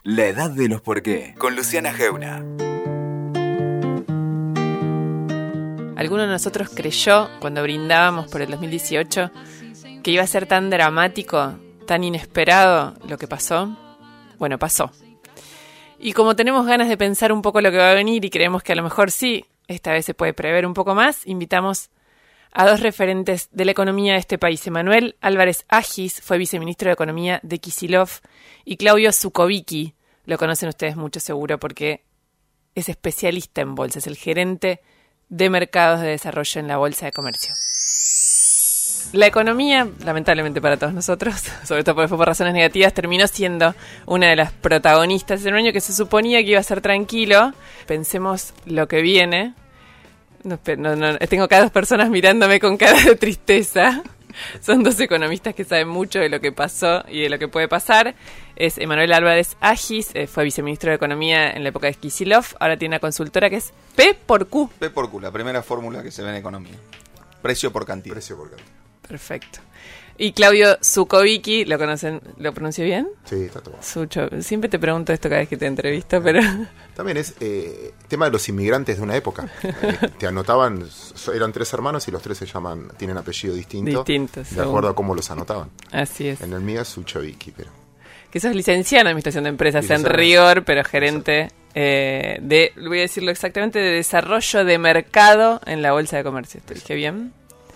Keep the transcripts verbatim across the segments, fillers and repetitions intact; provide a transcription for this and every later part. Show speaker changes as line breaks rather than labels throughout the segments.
La edad de los por qué, con Luciana Geuna.
¿Alguno de nosotros creyó, cuando brindábamos por el dos mil dieciocho, que iba a ser tan dramático, tan inesperado lo que pasó? Bueno, pasó. Y como tenemos ganas de pensar un poco lo que va a venir y creemos que a lo mejor sí, esta vez se puede prever un poco más, invitamos a dos referentes de la economía de este país. Emanuel Álvarez Agis fue viceministro de Economía de Kicillof y Claudio Zukovicki, lo conocen ustedes mucho seguro porque es especialista en bolsa, es el gerente de mercados de desarrollo en la Bolsa de Comercio. La economía, lamentablemente para todos nosotros, sobre todo porque fue por razones negativas, terminó siendo una de las protagonistas en un año que se suponía que iba a ser tranquilo. Pensemos lo que viene. No, no, no, tengo acá dos personas mirándome con cara de tristeza. Son dos economistas que saben mucho de lo que pasó y de lo que puede pasar. Es Emanuel Álvarez Agis, eh, fue viceministro de Economía en la época de Kicillof. Ahora tiene una consultora que es P por Q.
P por Q, la primera fórmula que se ve en economía. Precio por cantidad.
Precio por cantidad.
Perfecto. Y Claudio Zukovicki, ¿lo conocen? ¿Lo pronuncio bien?
Sí, está todo.
Sucho. Siempre te pregunto esto cada vez que te entrevisto, pero...
También es eh, tema de los inmigrantes de una época. Eh, te anotaban, eran tres hermanos y los tres se llaman, tienen apellido distinto.
Distintos.
De acuerdo a cómo los anotaban.
Así es.
En el mío es Zukovicki, pero...
Que sos licenciado en Administración de Empresas en rigor, pero gerente eh, de, voy a decirlo exactamente, de desarrollo de mercado en la Bolsa de Comercio. ¿Te dije bien?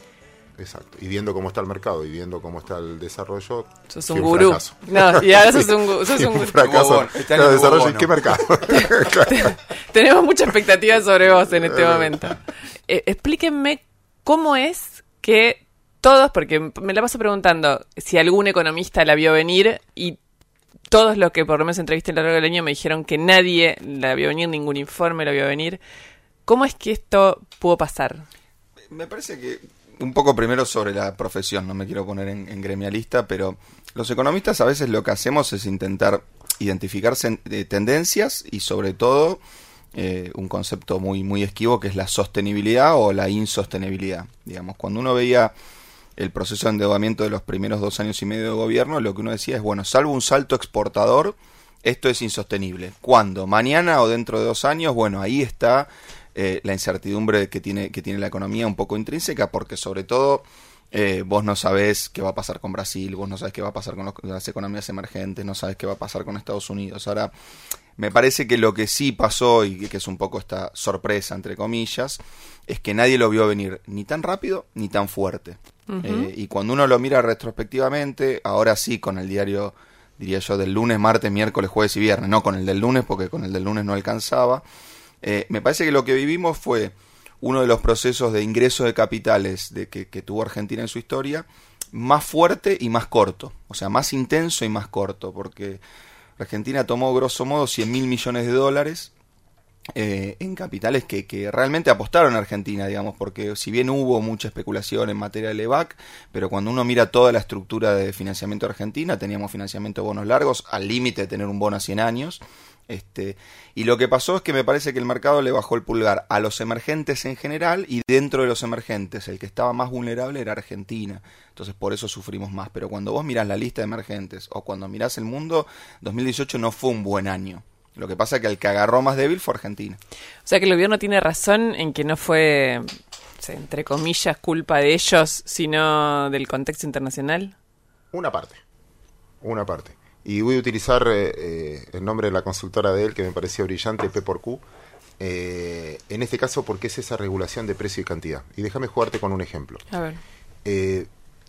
Exacto. Y viendo cómo está el mercado y viendo cómo está el desarrollo,
sos un gurú. No, y ahora sos un, sos un,
un fracaso.
Está
no,
en
desarrollo,
bueno.
¿en qué mercado? Claro.
Tenemos mucha expectativa sobre vos en este momento. Eh, explíquenme cómo es que todos, porque me la paso preguntando si algún economista la vio venir y todos los que por lo menos entrevisté a lo largo del año me dijeron que nadie la vio venir, ningún informe la vio venir. ¿Cómo es que esto pudo pasar?
Me parece que un poco primero sobre la profesión, no me quiero poner en, en gremialista, pero los economistas a veces lo que hacemos es intentar identificar sen- eh, tendencias y sobre todo eh, un concepto muy, muy esquivo que es la sostenibilidad o la insostenibilidad. Digamos, cuando uno veía el proceso de endeudamiento de los primeros dos años y medio de gobierno, lo que uno decía es, bueno, salvo un salto exportador, esto es insostenible. ¿Cuándo? ¿Mañana o dentro de dos años? Bueno, ahí está eh, la incertidumbre que tiene, que tiene la economía un poco intrínseca, porque sobre todo eh, vos no sabés qué va a pasar con Brasil, vos no sabés qué va a pasar con los, las economías emergentes, no sabés qué va a pasar con Estados Unidos. Ahora, me parece que lo que sí pasó, y que es un poco esta sorpresa, entre comillas, es que nadie lo vio venir ni tan rápido ni tan fuerte. Uh-huh. Eh, y cuando uno lo mira retrospectivamente, ahora sí con el diario, diría yo, del lunes, martes, miércoles, jueves y viernes, no con el del lunes, porque con el del lunes no alcanzaba, eh, me parece que lo que vivimos fue uno de los procesos de ingreso de capitales de que, que tuvo Argentina en su historia, más fuerte y más corto, o sea, más intenso y más corto, porque Argentina tomó grosso modo cien mil millones de dólares eh, en capitales que, que realmente apostaron a Argentina, digamos, porque si bien hubo mucha especulación en materia de LEVAC, pero cuando uno mira toda la estructura de financiamiento de Argentina, teníamos financiamiento de bonos largos, al límite de tener un bono a cien años, este, y lo que pasó es que me parece que el mercado le bajó el pulgar a los emergentes en general, y dentro de los emergentes el que estaba más vulnerable era Argentina, entonces por eso sufrimos más. Pero cuando vos mirás la lista de emergentes o cuando mirás el mundo, dos mil dieciocho no fue un buen año. Lo que pasa es que el que agarró más débil fue Argentina.
O sea que el gobierno tiene razón en que no fue, o sea, entre comillas, culpa de ellos, sino del contexto internacional.
Una parte, una parte. Y voy a utilizar eh, eh, el nombre de la consultora de él, que me parecía brillante, P por Q, eh, en este caso porque es esa regulación de precio y cantidad. Y déjame jugarte con un ejemplo.
A ver.
Eh,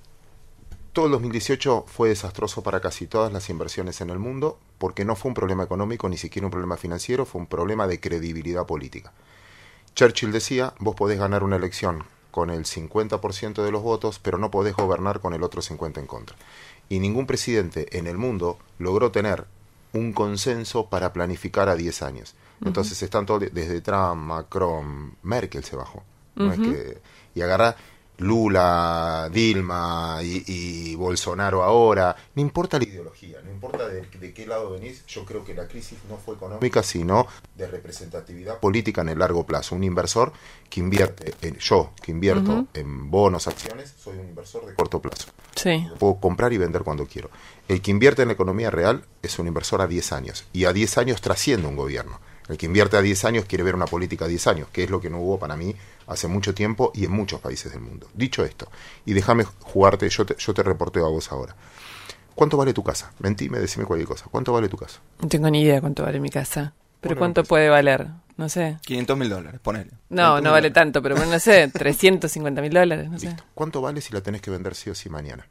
todo el dos mil dieciocho fue desastroso para casi todas las inversiones en el mundo, porque no fue un problema económico, ni siquiera un problema financiero, fue un problema de credibilidad política. Churchill decía, vos podés ganar una elección con el cincuenta por ciento de los votos, pero no podés gobernar con el otro cincuenta por ciento en contra. Y ningún presidente en el mundo logró tener un consenso para planificar a diez años. Entonces uh-huh. están todos, desde Trump, Macron, Merkel se bajó. ¿no? Uh-huh. Es que, y agarrá Lula, Dilma y, y Bolsonaro ahora, no importa la ideología, no importa de, de qué lado venís, yo creo que la crisis no fue económica, sino de representatividad política en el largo plazo. Un inversor que invierte, en, yo que invierto uh-huh. en bonos, acciones, soy un inversor de corto plazo.
Sí.
Puedo comprar y vender cuando quiero. El que invierte en la economía real es un inversor a diez años, y a diez años trasciende un gobierno. El que invierte a diez años quiere ver una política a diez años, que es lo que no hubo para mí hace mucho tiempo y en muchos países del mundo. Dicho esto, y déjame jugarte, yo te, yo te reporteo a vos ahora. ¿Cuánto vale tu casa? Mentime, decime cualquier cosa. ¿Cuánto vale tu casa?
No tengo ni idea cuánto vale mi casa. ¿Pero
Bueno,
cuánto
pues,
puede valer? No sé.
quinientos mil dólares, ponele.
No, no vale tanto, pero no sé, trescientos cincuenta mil dólares, no sé.
Listo. ¿Cuánto vale si la tenés que vender sí o sí mañana?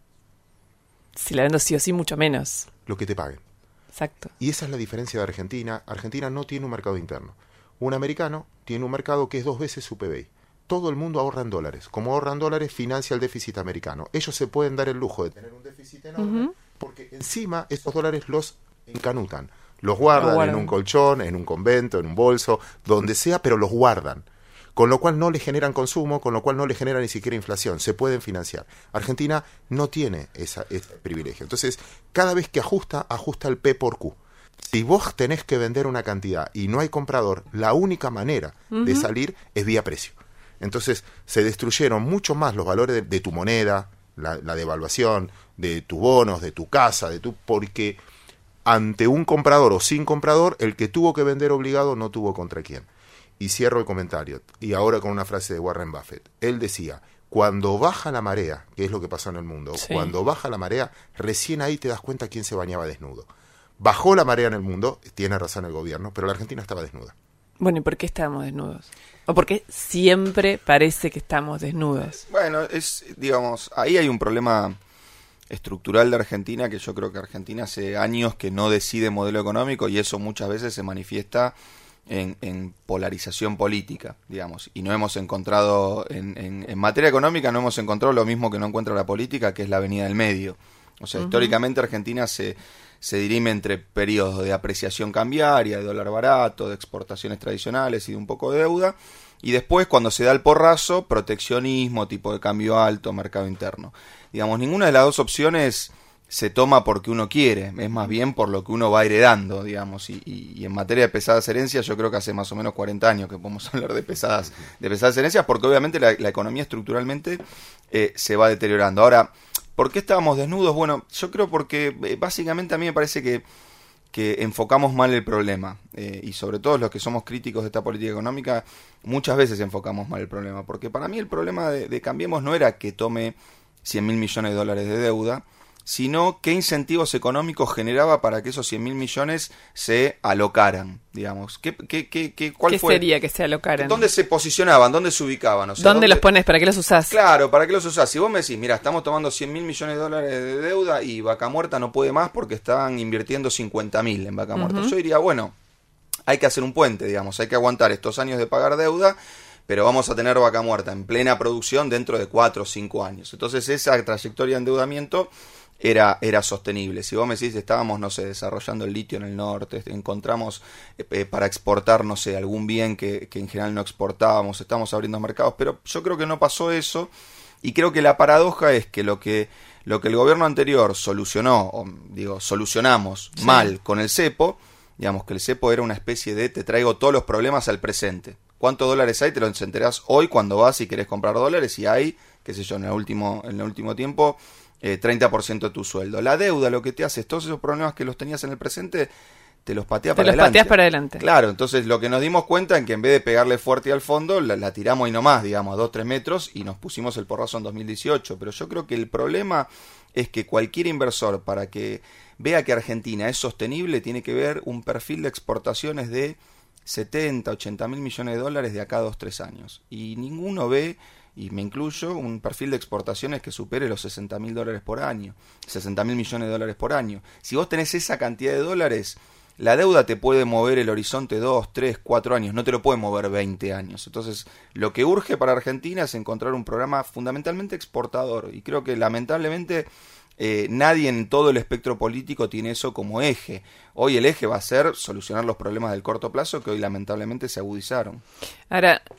Si la vendo sí o sí, mucho menos.
Lo que te paguen.
Exacto.
Y esa es la diferencia de Argentina. Argentina no tiene un mercado interno. Un americano tiene un mercado que es dos veces su P B I. Todo el mundo ahorra en dólares. Como ahorran dólares, financia el déficit americano. Ellos se pueden dar el lujo de tener un déficit enorme uh-huh. porque encima esos dólares los encanutan. Los guardan, Lo guardan en un colchón, en un convento, en un bolso, donde sea, pero los guardan. Con lo cual no le generan consumo, con lo cual no le genera ni siquiera inflación. Se pueden financiar. Argentina no tiene esa, ese privilegio. Entonces, cada vez que ajusta, ajusta el P por Q. Si vos tenés que vender una cantidad y no hay comprador, la única manera uh-huh. de salir es vía precio. Entonces, se destruyeron mucho más los valores de, de tu moneda, la, la devaluación, de tus bonos, de tu casa, de tu porque ante un comprador o sin comprador, el que tuvo que vender obligado no tuvo contra quién. Y cierro el comentario, y ahora con una frase de Warren Buffett. Él decía, cuando baja la marea, que es lo que pasó en el mundo, sí. cuando baja la marea, recién ahí te das cuenta quién se bañaba desnudo. Bajó la marea en el mundo, tiene razón el gobierno, pero la Argentina estaba desnuda.
Bueno, ¿y por qué estábamos desnudos? ¿O por qué siempre parece que estamos desnudos?
Bueno, es, digamos, ahí hay un problema estructural de Argentina, que yo creo que Argentina hace años que no decide modelo económico, y eso muchas veces se manifiesta En, en polarización política, digamos, y no hemos encontrado, en, en, en materia económica no hemos encontrado lo mismo que no encuentra la política, que es la avenida del medio. O sea, uh-huh. históricamente Argentina se, se dirime entre periodos de apreciación cambiaria, de dólar barato, de exportaciones tradicionales y de un poco de deuda, y después, cuando se da el porrazo, proteccionismo, tipo de cambio alto, mercado interno. Digamos, ninguna de las dos opciones se toma porque uno quiere, es más bien por lo que uno va heredando, digamos, y, y, y en materia de pesadas herencias yo creo que hace más o menos cuarenta años que podemos hablar de pesadas de pesadas herencias, porque obviamente la, la economía estructuralmente eh, se va deteriorando. Ahora, ¿por qué estábamos desnudos? Bueno, yo creo porque eh, básicamente a mí me parece que, que enfocamos mal el problema, eh, y sobre todo los que somos críticos de esta política económica, muchas veces enfocamos mal el problema, porque para mí el problema de, de Cambiemos no era que tome cien mil millones de dólares de deuda, sino qué incentivos económicos generaba para que esos cien mil millones se alocaran, digamos. ¿Qué, qué, qué, qué, cuál
¿Qué
fue?
sería que se alocaran?
¿Dónde se posicionaban? ¿Dónde se ubicaban? O sea,
¿Dónde, ¿Dónde los pones? ¿Para qué los usás?
Claro, ¿para qué los usás? Si vos me decís, mira, estamos tomando cien mil millones de dólares de deuda y Vaca Muerta no puede más porque estaban invirtiendo cincuenta mil en Vaca Muerta. Uh-huh. Yo diría, bueno, hay que hacer un puente, digamos, hay que aguantar estos años de pagar deuda, pero vamos a tener Vaca Muerta en plena producción dentro de cuatro o cinco años. Entonces esa trayectoria de endeudamiento Era, era sostenible. Si vos me decís, estábamos, no sé, desarrollando el litio en el norte, encontramos eh, para exportar, no sé, algún bien que, que en general no exportábamos, estamos abriendo mercados, pero yo creo que no pasó eso, y creo que la paradoja es que lo que, lo que el gobierno anterior solucionó, o digo, solucionamos sí. mal con el cepo, digamos que el cepo era una especie de te traigo todos los problemas al presente. ¿Cuántos dólares hay? Te lo enterás hoy cuando vas y querés comprar dólares, y hay, qué sé yo, en el último, en el último tiempo, Eh, treinta por ciento de tu sueldo. La deuda lo que te hace es todos esos problemas que los tenías en el presente, te los patea para
adelante. Te los pateas para adelante.
Claro, entonces lo que nos dimos cuenta es que en vez de pegarle fuerte al fondo, la, la tiramos y no más, digamos, a dos, tres metros, y nos pusimos el porrazo en dos mil dieciocho. Pero yo creo que el problema es que cualquier inversor, para que vea que Argentina es sostenible, tiene que ver un perfil de exportaciones de setenta, ochenta mil millones de dólares de acá a dos, tres años. Y ninguno ve, y me incluyo, un perfil de exportaciones que supere los sesenta mil dólares por año, sesenta mil millones de dólares por año. Si vos tenés esa cantidad de dólares, la deuda te puede mover el horizonte dos, tres, cuatro años, no te lo puede mover veinte años. Entonces, lo que urge para Argentina es encontrar un programa fundamentalmente exportador, y creo que lamentablemente eh, nadie en todo el espectro político tiene eso como eje. Hoy el eje va a ser solucionar los problemas del corto plazo, que hoy lamentablemente se agudizaron.
Ahora,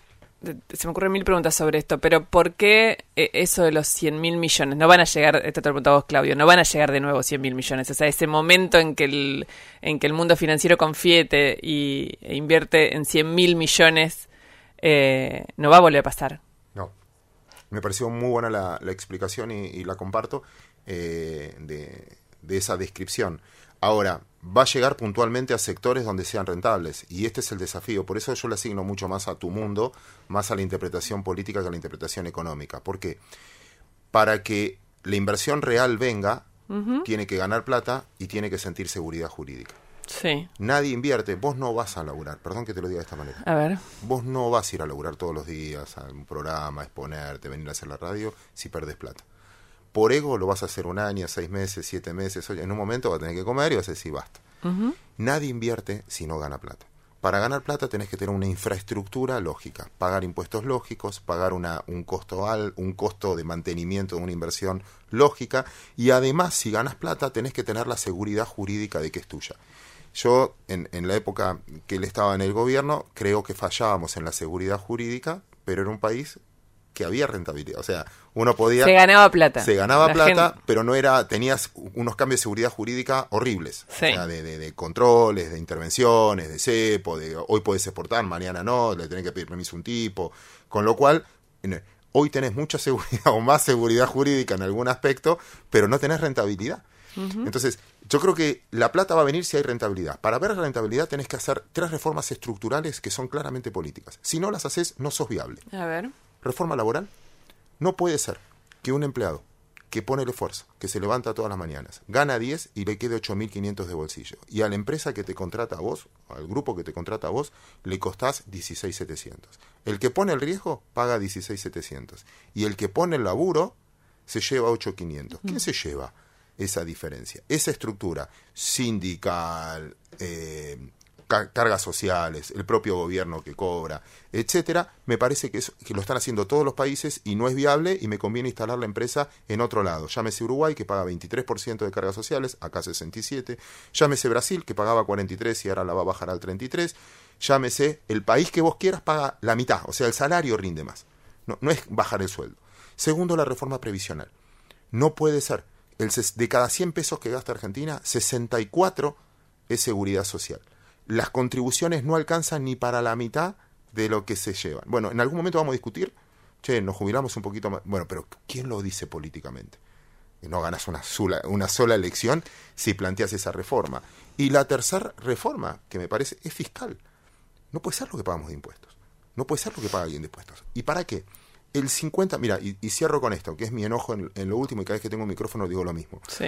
se me ocurren mil preguntas sobre esto, pero ¿por qué eh, eso de los cien mil millones? No van a llegar, esto te lo preguntaba vos, Claudio, no van a llegar de nuevo cien mil millones. O sea, ese momento en que el, en que el mundo financiero confiete y e invierte en cien mil millones, eh, no va a volver a pasar.
No. Me pareció muy buena la, la explicación y, y la comparto eh, de, de esa descripción. Ahora, va a llegar puntualmente a sectores donde sean rentables, y este es el desafío. Por eso yo le asigno mucho más a tu mundo, más a la interpretación política que a la interpretación económica. ¿Por qué? Para que la inversión real venga, uh-huh. tiene que ganar plata y tiene que sentir seguridad jurídica.
Sí.
Nadie invierte, vos no vas a laburar, perdón que te lo diga de esta manera.
A ver.
Vos no vas a ir a laburar todos los días a un programa, a exponerte, venir a hacer la radio, si perdés plata. Por ego lo vas a hacer un año, seis meses, siete meses. Oye, en un momento vas a tener que comer y vas a decir basta. Uh-huh. Nadie invierte si no gana plata. Para ganar plata tenés que tener una infraestructura lógica, pagar impuestos lógicos, pagar una, un costo al, un costo de mantenimiento de una inversión lógica, y además si ganas plata tenés que tener la seguridad jurídica de que es tuya. Yo, en, en la época que él estaba en el gobierno, creo que fallábamos en la seguridad jurídica, pero era un país que había rentabilidad, o sea, uno podía...
Se ganaba plata.
Se ganaba
la
plata,
gente...
pero no era... Tenías unos cambios de seguridad jurídica horribles.
Sí.
O sea, de, de, de controles, de intervenciones, de cepo, de hoy podés exportar, mañana no, le tenés que pedir permiso a un tipo. Con lo cual, hoy tenés mucha seguridad o más seguridad jurídica en algún aspecto, pero no tenés rentabilidad. Uh-huh. Entonces, yo creo que la plata va a venir si hay rentabilidad. Para ver la rentabilidad tenés que hacer tres reformas estructurales que son claramente políticas. Si no las haces, no sos viable.
A ver...
Reforma laboral. No puede ser que un empleado que pone el esfuerzo, que se levanta todas las mañanas, gana diez y le quede ocho mil quinientos de bolsillo. Y a la empresa que te contrata a vos, al grupo que te contrata a vos, le costás dieciséis mil setecientos. El que pone el riesgo paga dieciséis mil setecientos. Y el que pone el laburo se lleva ocho mil quinientos. ¿Quién se lleva esa diferencia? Esa estructura sindical, eh, cargas sociales, el propio gobierno que cobra, etcétera, me parece que, es, que lo están haciendo todos los países y no es viable, y me conviene instalar la empresa en otro lado. Llámese Uruguay, que paga veintitrés por ciento de cargas sociales, acá sesenta y siete por ciento. Llámese Brasil, que pagaba cuarenta y tres por ciento y ahora la va a bajar al treinta y tres por ciento. Llámese el país que vos quieras, paga la mitad, o sea, el salario rinde más. No, no es bajar el sueldo. Segundo, la reforma previsional. No puede ser. El, de cada cien pesos que gasta Argentina, sesenta y cuatro es seguridad social. Las contribuciones no alcanzan ni para la mitad de lo que se llevan. Bueno, en algún momento vamos a discutir, che, nos jubilamos un poquito más. Bueno, pero ¿quién lo dice políticamente? No ganas una sola, una sola elección si planteas esa reforma. Y la tercera reforma, que me parece, es fiscal. No puede ser lo que pagamos de impuestos. No puede ser lo que paga alguien de impuestos. ¿Y para qué? El cincuenta, mira, y, y cierro con esto, que es mi enojo en, en lo último, y cada vez que tengo un micrófono digo lo mismo.
Sí.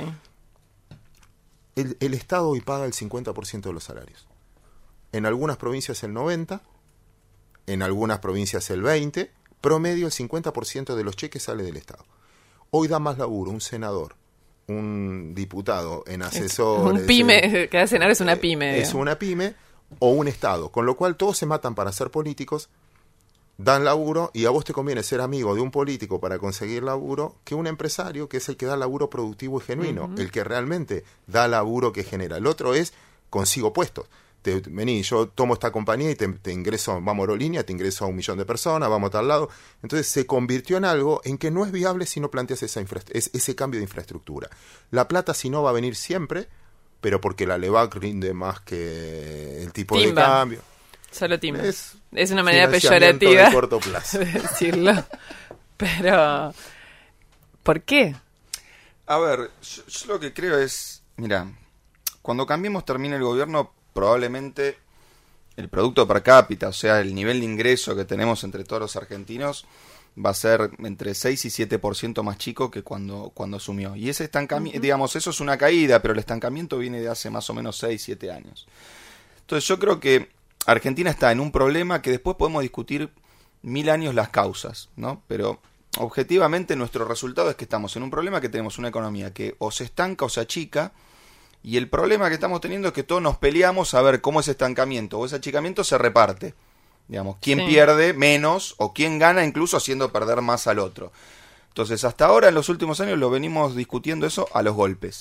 El, el Estado hoy paga el cincuenta por ciento de los salarios. En algunas provincias el noventa por ciento, en algunas provincias el veinte por ciento, promedio el cincuenta por ciento de los cheques sale del Estado. Hoy da más laburo un senador, un diputado en asesores...
Un pyme, eh, cada senador es una pyme.
Eh, es una pyme o un Estado, con lo cual todos se matan para ser políticos, dan laburo, y a vos te conviene ser amigo de un político para conseguir laburo que un empresario, que es el que da laburo productivo y genuino, uh-huh. el que realmente da laburo que genera. El otro es consigo puestos. Te, vení, yo tomo esta compañía y te, te ingreso, vamos a Aerolínea, te ingreso a un millón de personas, vamos a tal lado. Entonces se convirtió en algo en que no es viable si no planteas esa infra, es, ese cambio de infraestructura. La plata, si no, va a venir siempre, pero porque la LEVAC rinde más que el tipo Timba. de cambio.
Solo timba. Es, es una manera peyorativa
de corto plazo.
de decirlo. Pero, ¿por qué?
A ver, yo, yo lo que creo es, mira, cuando Cambiemos termine el gobierno, probablemente el producto per cápita, o sea, el nivel de ingreso que tenemos entre todos los argentinos, va a ser entre seis y siete por ciento más chico que cuando, cuando asumió. Y ese estancamiento, uh-huh. digamos, eso es una caída, pero el estancamiento viene de hace más o menos seis, siete años. Entonces yo creo que Argentina está en un problema que después podemos discutir mil años las causas, ¿no? Pero objetivamente nuestro resultado es que estamos en un problema, que tenemos una economía que o se estanca o se achica. Y el problema que estamos teniendo es que todos nos peleamos a ver cómo ese estancamiento o ese achicamiento se reparte. Digamos, quién sí. pierde menos o quién gana, incluso haciendo perder más al otro. Entonces, hasta ahora, en los últimos años, lo venimos discutiendo eso a los golpes.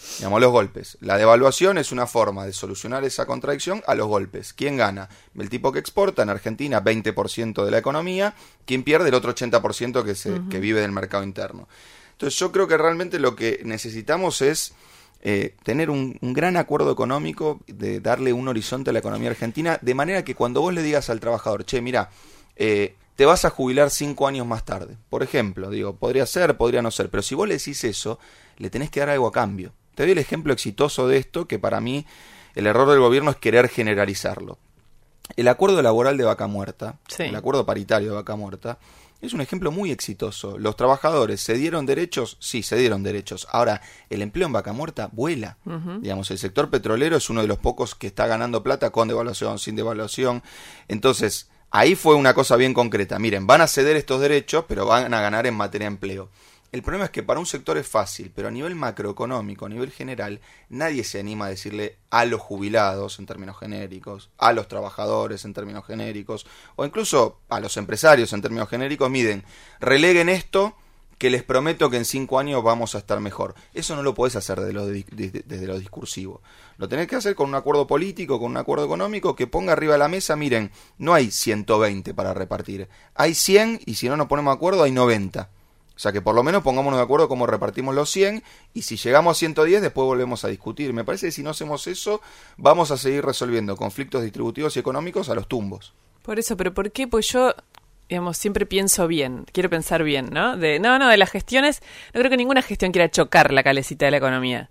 Digamos, los golpes. La devaluación es una forma de solucionar esa contradicción a los golpes. ¿Quién gana? El tipo que exporta, en Argentina, veinte por ciento de la economía. ¿Quién pierde? El otro ochenta por ciento que, se, uh-huh. que vive del mercado interno. Entonces yo creo que realmente lo que necesitamos es eh, tener un, un gran acuerdo económico, de darle un horizonte a la economía argentina, de manera que cuando vos le digas al trabajador, che, mira, eh, te vas a jubilar cinco años más tarde. Por ejemplo, digo, podría ser, podría no ser, pero si vos le decís eso, le tenés que dar algo a cambio. Te doy el ejemplo exitoso de esto, que para mí el error del gobierno es querer generalizarlo. El acuerdo laboral de Vaca Muerta, sí. el acuerdo paritario de Vaca Muerta, es un ejemplo muy exitoso. Los trabajadores, ¿se dieron derechos? Sí, se dieron derechos. Ahora, el empleo en Vaca Muerta vuela. Uh-huh. Digamos, el sector petrolero es uno de los pocos que está ganando plata con devaluación, sin devaluación. Entonces, ahí fue una cosa bien concreta. Miren, van a ceder estos derechos, pero van a ganar en materia de empleo. El problema es que para un sector es fácil, pero a nivel macroeconómico, a nivel general, nadie se anima a decirle a los jubilados, en términos genéricos, a los trabajadores, en términos genéricos, o incluso a los empresarios, en términos genéricos, miren, releguen esto, que les prometo que en cinco años vamos a estar mejor. Eso no lo podés hacer desde lo, desde lo discursivo. Lo tenés que hacer con un acuerdo político, con un acuerdo económico, que ponga arriba de la mesa, miren, no hay ciento veinte para repartir, hay cien, y si no nos ponemos de acuerdo, hay noventa. O sea que por lo menos pongámonos de acuerdo cómo repartimos los cien, y si llegamos a ciento diez después volvemos a discutir. Me parece que si no hacemos eso vamos a seguir resolviendo conflictos distributivos y económicos a los tumbos.
Por eso, pero ¿por qué? Pues yo, digamos, siempre pienso bien, quiero pensar bien, ¿no? De, no, no, de las gestiones, no creo que ninguna gestión quiera chocar la calecita de la economía.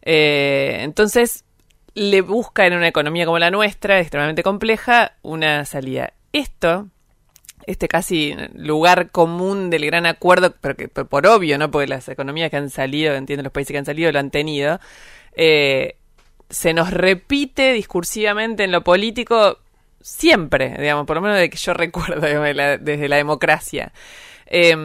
Eh, entonces, le busca en una economía como la nuestra, extremadamente compleja, una salida. Esto... este casi lugar común del gran acuerdo, pero que pero por obvio, ¿no? Porque las economías que han salido, entiendo, los países que han salido lo han tenido, eh, se nos repite discursivamente en lo político siempre, digamos, por lo menos de que yo recuerdo, digamos, de la, desde la democracia. Eh,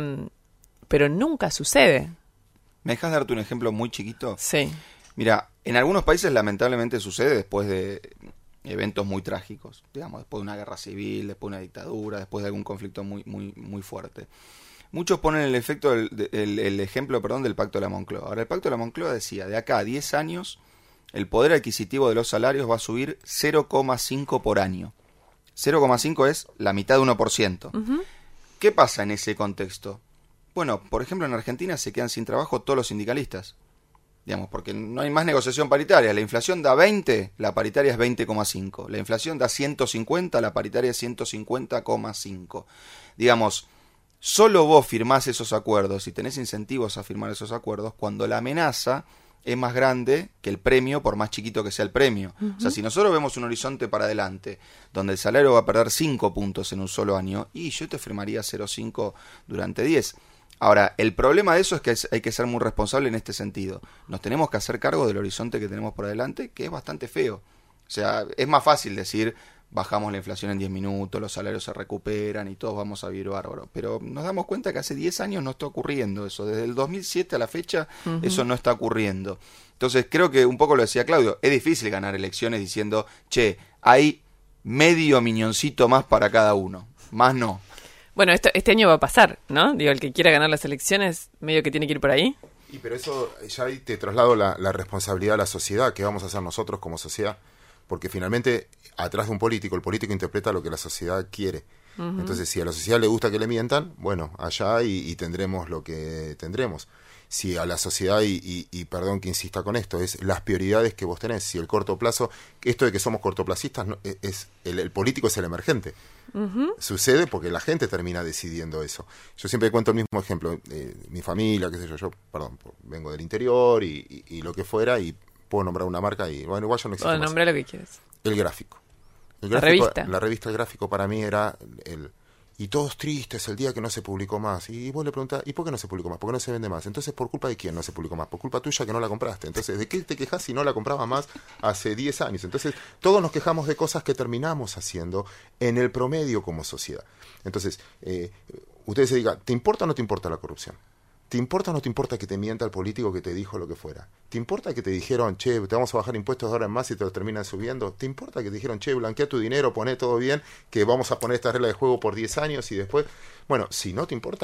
pero nunca sucede.
¿Me dejas darte un ejemplo muy chiquito?
Sí.
Mira, en algunos países lamentablemente sucede después de eventos muy trágicos, digamos, después de una guerra civil, después de una dictadura, después de algún conflicto muy muy muy fuerte. Muchos ponen el efecto del, el, el ejemplo, perdón, del Pacto de la Moncloa. Ahora, el Pacto de la Moncloa decía, de acá a diez años, el poder adquisitivo de los salarios va a subir cero coma cinco por año. cero coma cinco es la mitad de uno por ciento. Uh-huh. ¿Qué pasa en ese contexto? Bueno, por ejemplo, en Argentina se quedan sin trabajo todos los sindicalistas. Digamos, porque no hay más negociación paritaria. La inflación da veinte, la paritaria es veinte coma cinco. La inflación da ciento cincuenta, la paritaria es ciento cincuenta coma cinco. Digamos, solo vos firmás esos acuerdos y tenés incentivos a firmar esos acuerdos cuando la amenaza es más grande que el premio, por más chiquito que sea el premio. Uh-huh. O sea, si nosotros vemos un horizonte para adelante, donde el salario va a perder cinco puntos en un solo año, y yo te firmaría cero coma cinco durante diez. Ahora, el problema de eso es que hay que ser muy responsable en este sentido. Nos tenemos que hacer cargo del horizonte que tenemos por adelante, que es bastante feo. O sea, es más fácil decir, bajamos la inflación en diez minutos, los salarios se recuperan y todos vamos a vivir bárbaro. Pero nos damos cuenta que hace diez años no está ocurriendo eso. Desde el dos mil siete a la fecha, uh-huh. eso no está ocurriendo. Entonces, creo que un poco lo decía Claudio, es difícil ganar elecciones diciendo, che, hay medio miñoncito más para cada uno. Más no.
Bueno, esto, este año va a pasar, ¿no? Digo, el que quiera ganar las elecciones, medio que tiene que ir por ahí.
Y pero eso, ya ahí te traslado la, la responsabilidad de la sociedad, que vamos a hacer nosotros como sociedad. Porque finalmente, atrás de un político, el político interpreta lo que la sociedad quiere. Uh-huh. Entonces, si a la sociedad le gusta que le mientan, bueno, allá y, y tendremos lo que tendremos. Si a la sociedad, y, y, y perdón que insista con esto, es las prioridades que vos tenés. Si el corto plazo, esto de que somos cortoplacistas, no, es, es el, el político es el emergente. Uh-huh. Sucede porque la gente termina decidiendo eso. Yo siempre cuento el mismo ejemplo. Eh, mi familia, qué sé yo, yo, perdón, vengo del interior y, y, y lo que fuera, y puedo nombrar una marca y, bueno, igual yo no existe más.
Nombra lo que quieras.
El gráfico. El
gráfico. La revista.
La revista El Gráfico para mí era el... Y todos tristes el día que no se publicó más. Y vos le preguntás, ¿y por qué no se publicó más? ¿Por qué no se vende más? Entonces, ¿por culpa de quién no se publicó más? Por culpa tuya que no la compraste. Entonces, ¿de qué te quejas si no la comprabas más hace diez años? Entonces, todos nos quejamos de cosas que terminamos haciendo en el promedio como sociedad. Entonces, eh, ustedes se digan, ¿te importa o no te importa la corrupción? ¿Te importa o no te importa que te mienta el político que te dijo lo que fuera? ¿Te importa que te dijeron, che, te vamos a bajar impuestos de ahora en más y te los terminan subiendo? ¿Te importa que te dijeron, che, blanquea tu dinero, poné todo bien, que vamos a poner esta regla de juego por diez años y después? Bueno, si no te importa,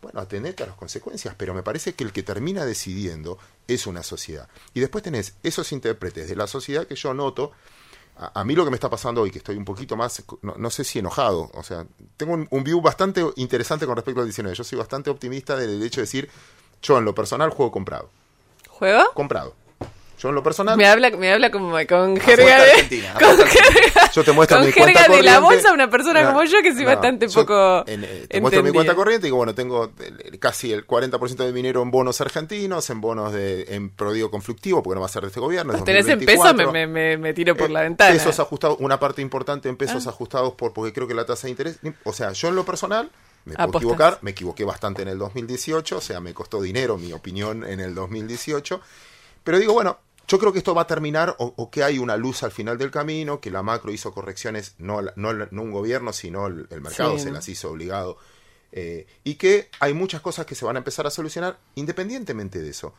bueno, atendete a las consecuencias, pero me parece que el que termina decidiendo es una sociedad. Y después tenés esos intérpretes de la sociedad que yo noto. A, a mí lo que me está pasando hoy, que estoy un poquito más, no, no sé si enojado, o sea, tengo un, un view bastante interesante con respecto al diecinueve. Yo soy bastante optimista del hecho de decir, yo en lo personal juego comprado.
¿Juego?
Comprado. Yo en lo personal...
Me habla, me habla como con jerga de... Con jerga,
yo te muestro
con
mi
jerga
cuenta
de
corriente.
La bolsa, una persona
no,
como yo que soy
no,
bastante
yo
poco
en, eh, Te muestro mi cuenta corriente y digo, bueno, tengo el, casi el cuarenta por ciento de mi dinero en bonos argentinos, en bonos de en periodo conflictivo, porque no va a ser de este gobierno.
Los tenés en pesos, me, me, me, me tiro por eh, la ventana.
Pesos ajustados, una parte importante en pesos ah. ajustados por porque creo que la tasa de interés... O sea, yo en lo personal... Me puedo
Apostas.
equivocar, me equivoqué bastante en el dos mil dieciocho, o sea, me costó dinero mi opinión en el dos mil dieciocho, pero digo, bueno, yo creo que esto va a terminar, o, o que hay una luz al final del camino, que la macro hizo correcciones, no, no, no un gobierno, sino el, el mercado sí. se las hizo obligado, eh, y que hay muchas cosas que se van a empezar a solucionar independientemente de eso.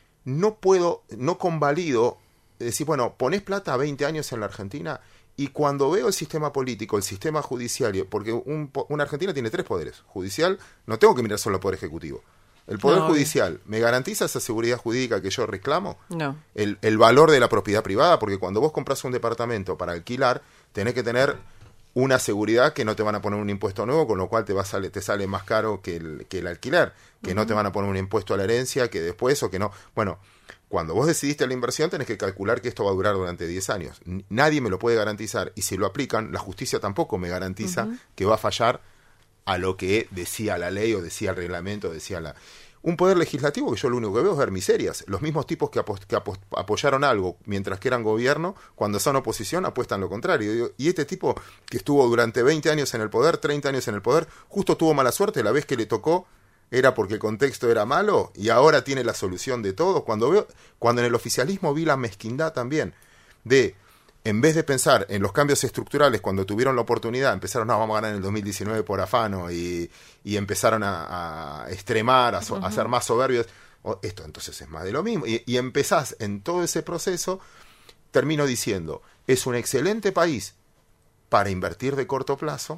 No puedo, no convalido, decir, bueno, ponés plata a veinte años en la Argentina... Y cuando veo el sistema político, el sistema judicial, porque un, una Argentina tiene tres poderes. Judicial, no tengo que mirar solo el poder ejecutivo. El poder no, judicial, ¿me garantiza esa seguridad jurídica que yo reclamo?
No.
El, el valor de la propiedad privada, porque cuando vos compras un departamento para alquilar, tenés que tener una seguridad que no te van a poner un impuesto nuevo, con lo cual te va a sale, te sale más caro que el, que el alquiler, que uh-huh. no te van a poner un impuesto a la herencia, que después o que no. Bueno, cuando vos decidiste la inversión tenés que calcular que esto va a durar durante diez años. Nadie me lo puede garantizar y si lo aplican, la justicia tampoco me garantiza uh-huh. que va a fallar a lo que decía la ley o decía el reglamento, decía la... Un poder legislativo que yo lo único que veo es ver miserias. Los mismos tipos que, apo- que apo- apoyaron algo mientras que eran gobierno, cuando son oposición apuestan lo contrario. Y este tipo que estuvo durante veinte años en el poder, treinta años en el poder, justo tuvo mala suerte, la vez que le tocó era porque el contexto era malo y ahora tiene la solución de todo. Cuando veo, cuando en el oficialismo vi la mezquindad también de, en vez de pensar en los cambios estructurales, cuando tuvieron la oportunidad, empezaron, no, vamos a ganar en el dos mil diecinueve por afano y, y empezaron a, a extremar, a, so, uh-huh. a ser más soberbios. Oh, esto entonces es más de lo mismo. Y, y empezás en todo ese proceso, termino diciendo, es un excelente país para invertir de corto plazo,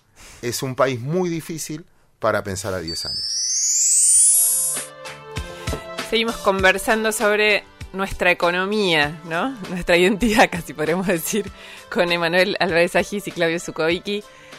es un país muy difícil para pensar a diez años.
Seguimos conversando sobre nuestra economía, ¿no? Nuestra identidad, casi podríamos decir, con Emanuel Álvarez Agis y Claudio Zukovicki.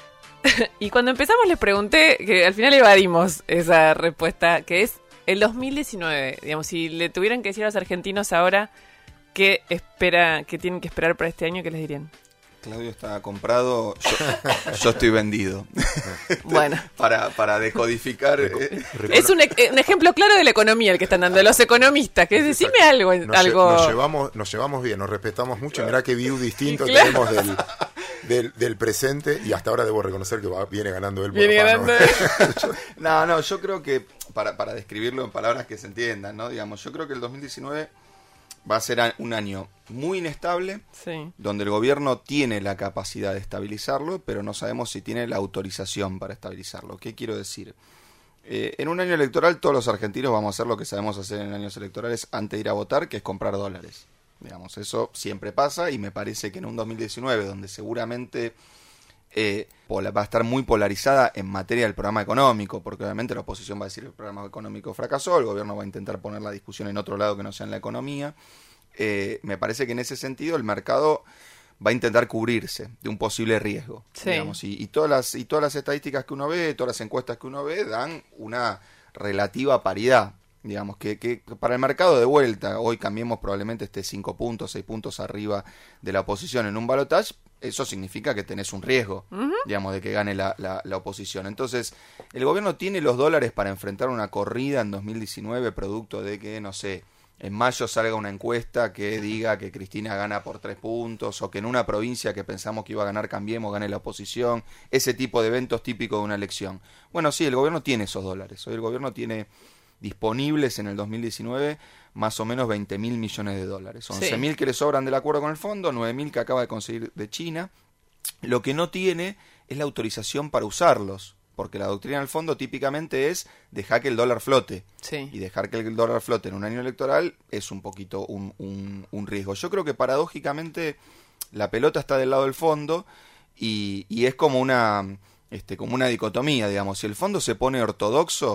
Y cuando empezamos les pregunté, que al final evadimos esa respuesta, que es el dos mil diecinueve. Digamos, si le tuvieran que decir a los argentinos ahora qué espera, qué tienen que esperar para este año, ¿qué les dirían?
Claudio está comprado, yo, yo estoy vendido.
Bueno.
para, para decodificar. Eh,
es un, un ejemplo claro de la economía el que están dando los economistas, que es decirme algo.
Nos,
algo...
Nos, llevamos, nos llevamos bien, nos respetamos mucho. Claro. Mirá qué view distinto claro. tenemos del, del, del presente y hasta ahora debo reconocer que va, viene ganando él.
Viene ganando él.
No, no, yo creo que, para, para describirlo en palabras que se entiendan, ¿no? Digamos, yo creo que el dos mil diecinueve va a ser un año muy inestable,
sí.
donde el gobierno tiene la capacidad de estabilizarlo, pero no sabemos si tiene la autorización para estabilizarlo. ¿Qué quiero decir? Eh, en un año electoral todos los argentinos vamos a hacer lo que sabemos hacer en años electorales antes de ir a votar, que es comprar dólares. Digamos, eso siempre pasa y me parece que en un dos mil diecinueve, donde seguramente eh, va a estar muy polarizada en materia del programa económico, porque obviamente la oposición va a decir que el programa económico fracasó, el gobierno va a intentar poner la discusión en otro lado que no sea en la economía. Eh, me parece que en ese sentido el mercado va a intentar cubrirse de un posible riesgo,
sí.
digamos, y, y todas las y todas las estadísticas que uno ve, todas las encuestas que uno ve dan una relativa paridad, digamos, que, que para el mercado de vuelta, hoy Cambiemos probablemente esté cinco puntos, seis puntos arriba de la oposición en un balotaje, eso significa que tenés un riesgo, uh-huh. digamos, de que gane la, la, la oposición. Entonces, el gobierno tiene los dólares para enfrentar una corrida en dos mil diecinueve, producto de que, no sé, en mayo salga una encuesta que diga que Cristina gana por tres puntos, o que en una provincia que pensamos que iba a ganar Cambiemos gane la oposición, ese tipo de eventos típicos de una elección. Bueno, sí, el gobierno tiene esos dólares. Hoy el gobierno tiene disponibles en el dos mil diecinueve más o menos veinte mil millones de dólares. once mil sí. que le sobran del acuerdo con el fondo, nueve mil que acaba de conseguir de China. Lo que no tiene es la autorización para usarlos, porque la doctrina del fondo típicamente es dejar que el dólar flote.
Sí. Y
dejar que el dólar flote en un año electoral es un poquito un, un, un riesgo. Yo creo que paradójicamente la pelota está del lado del fondo y, y es como una, este, como una dicotomía, digamos. Si el fondo se pone ortodoxo,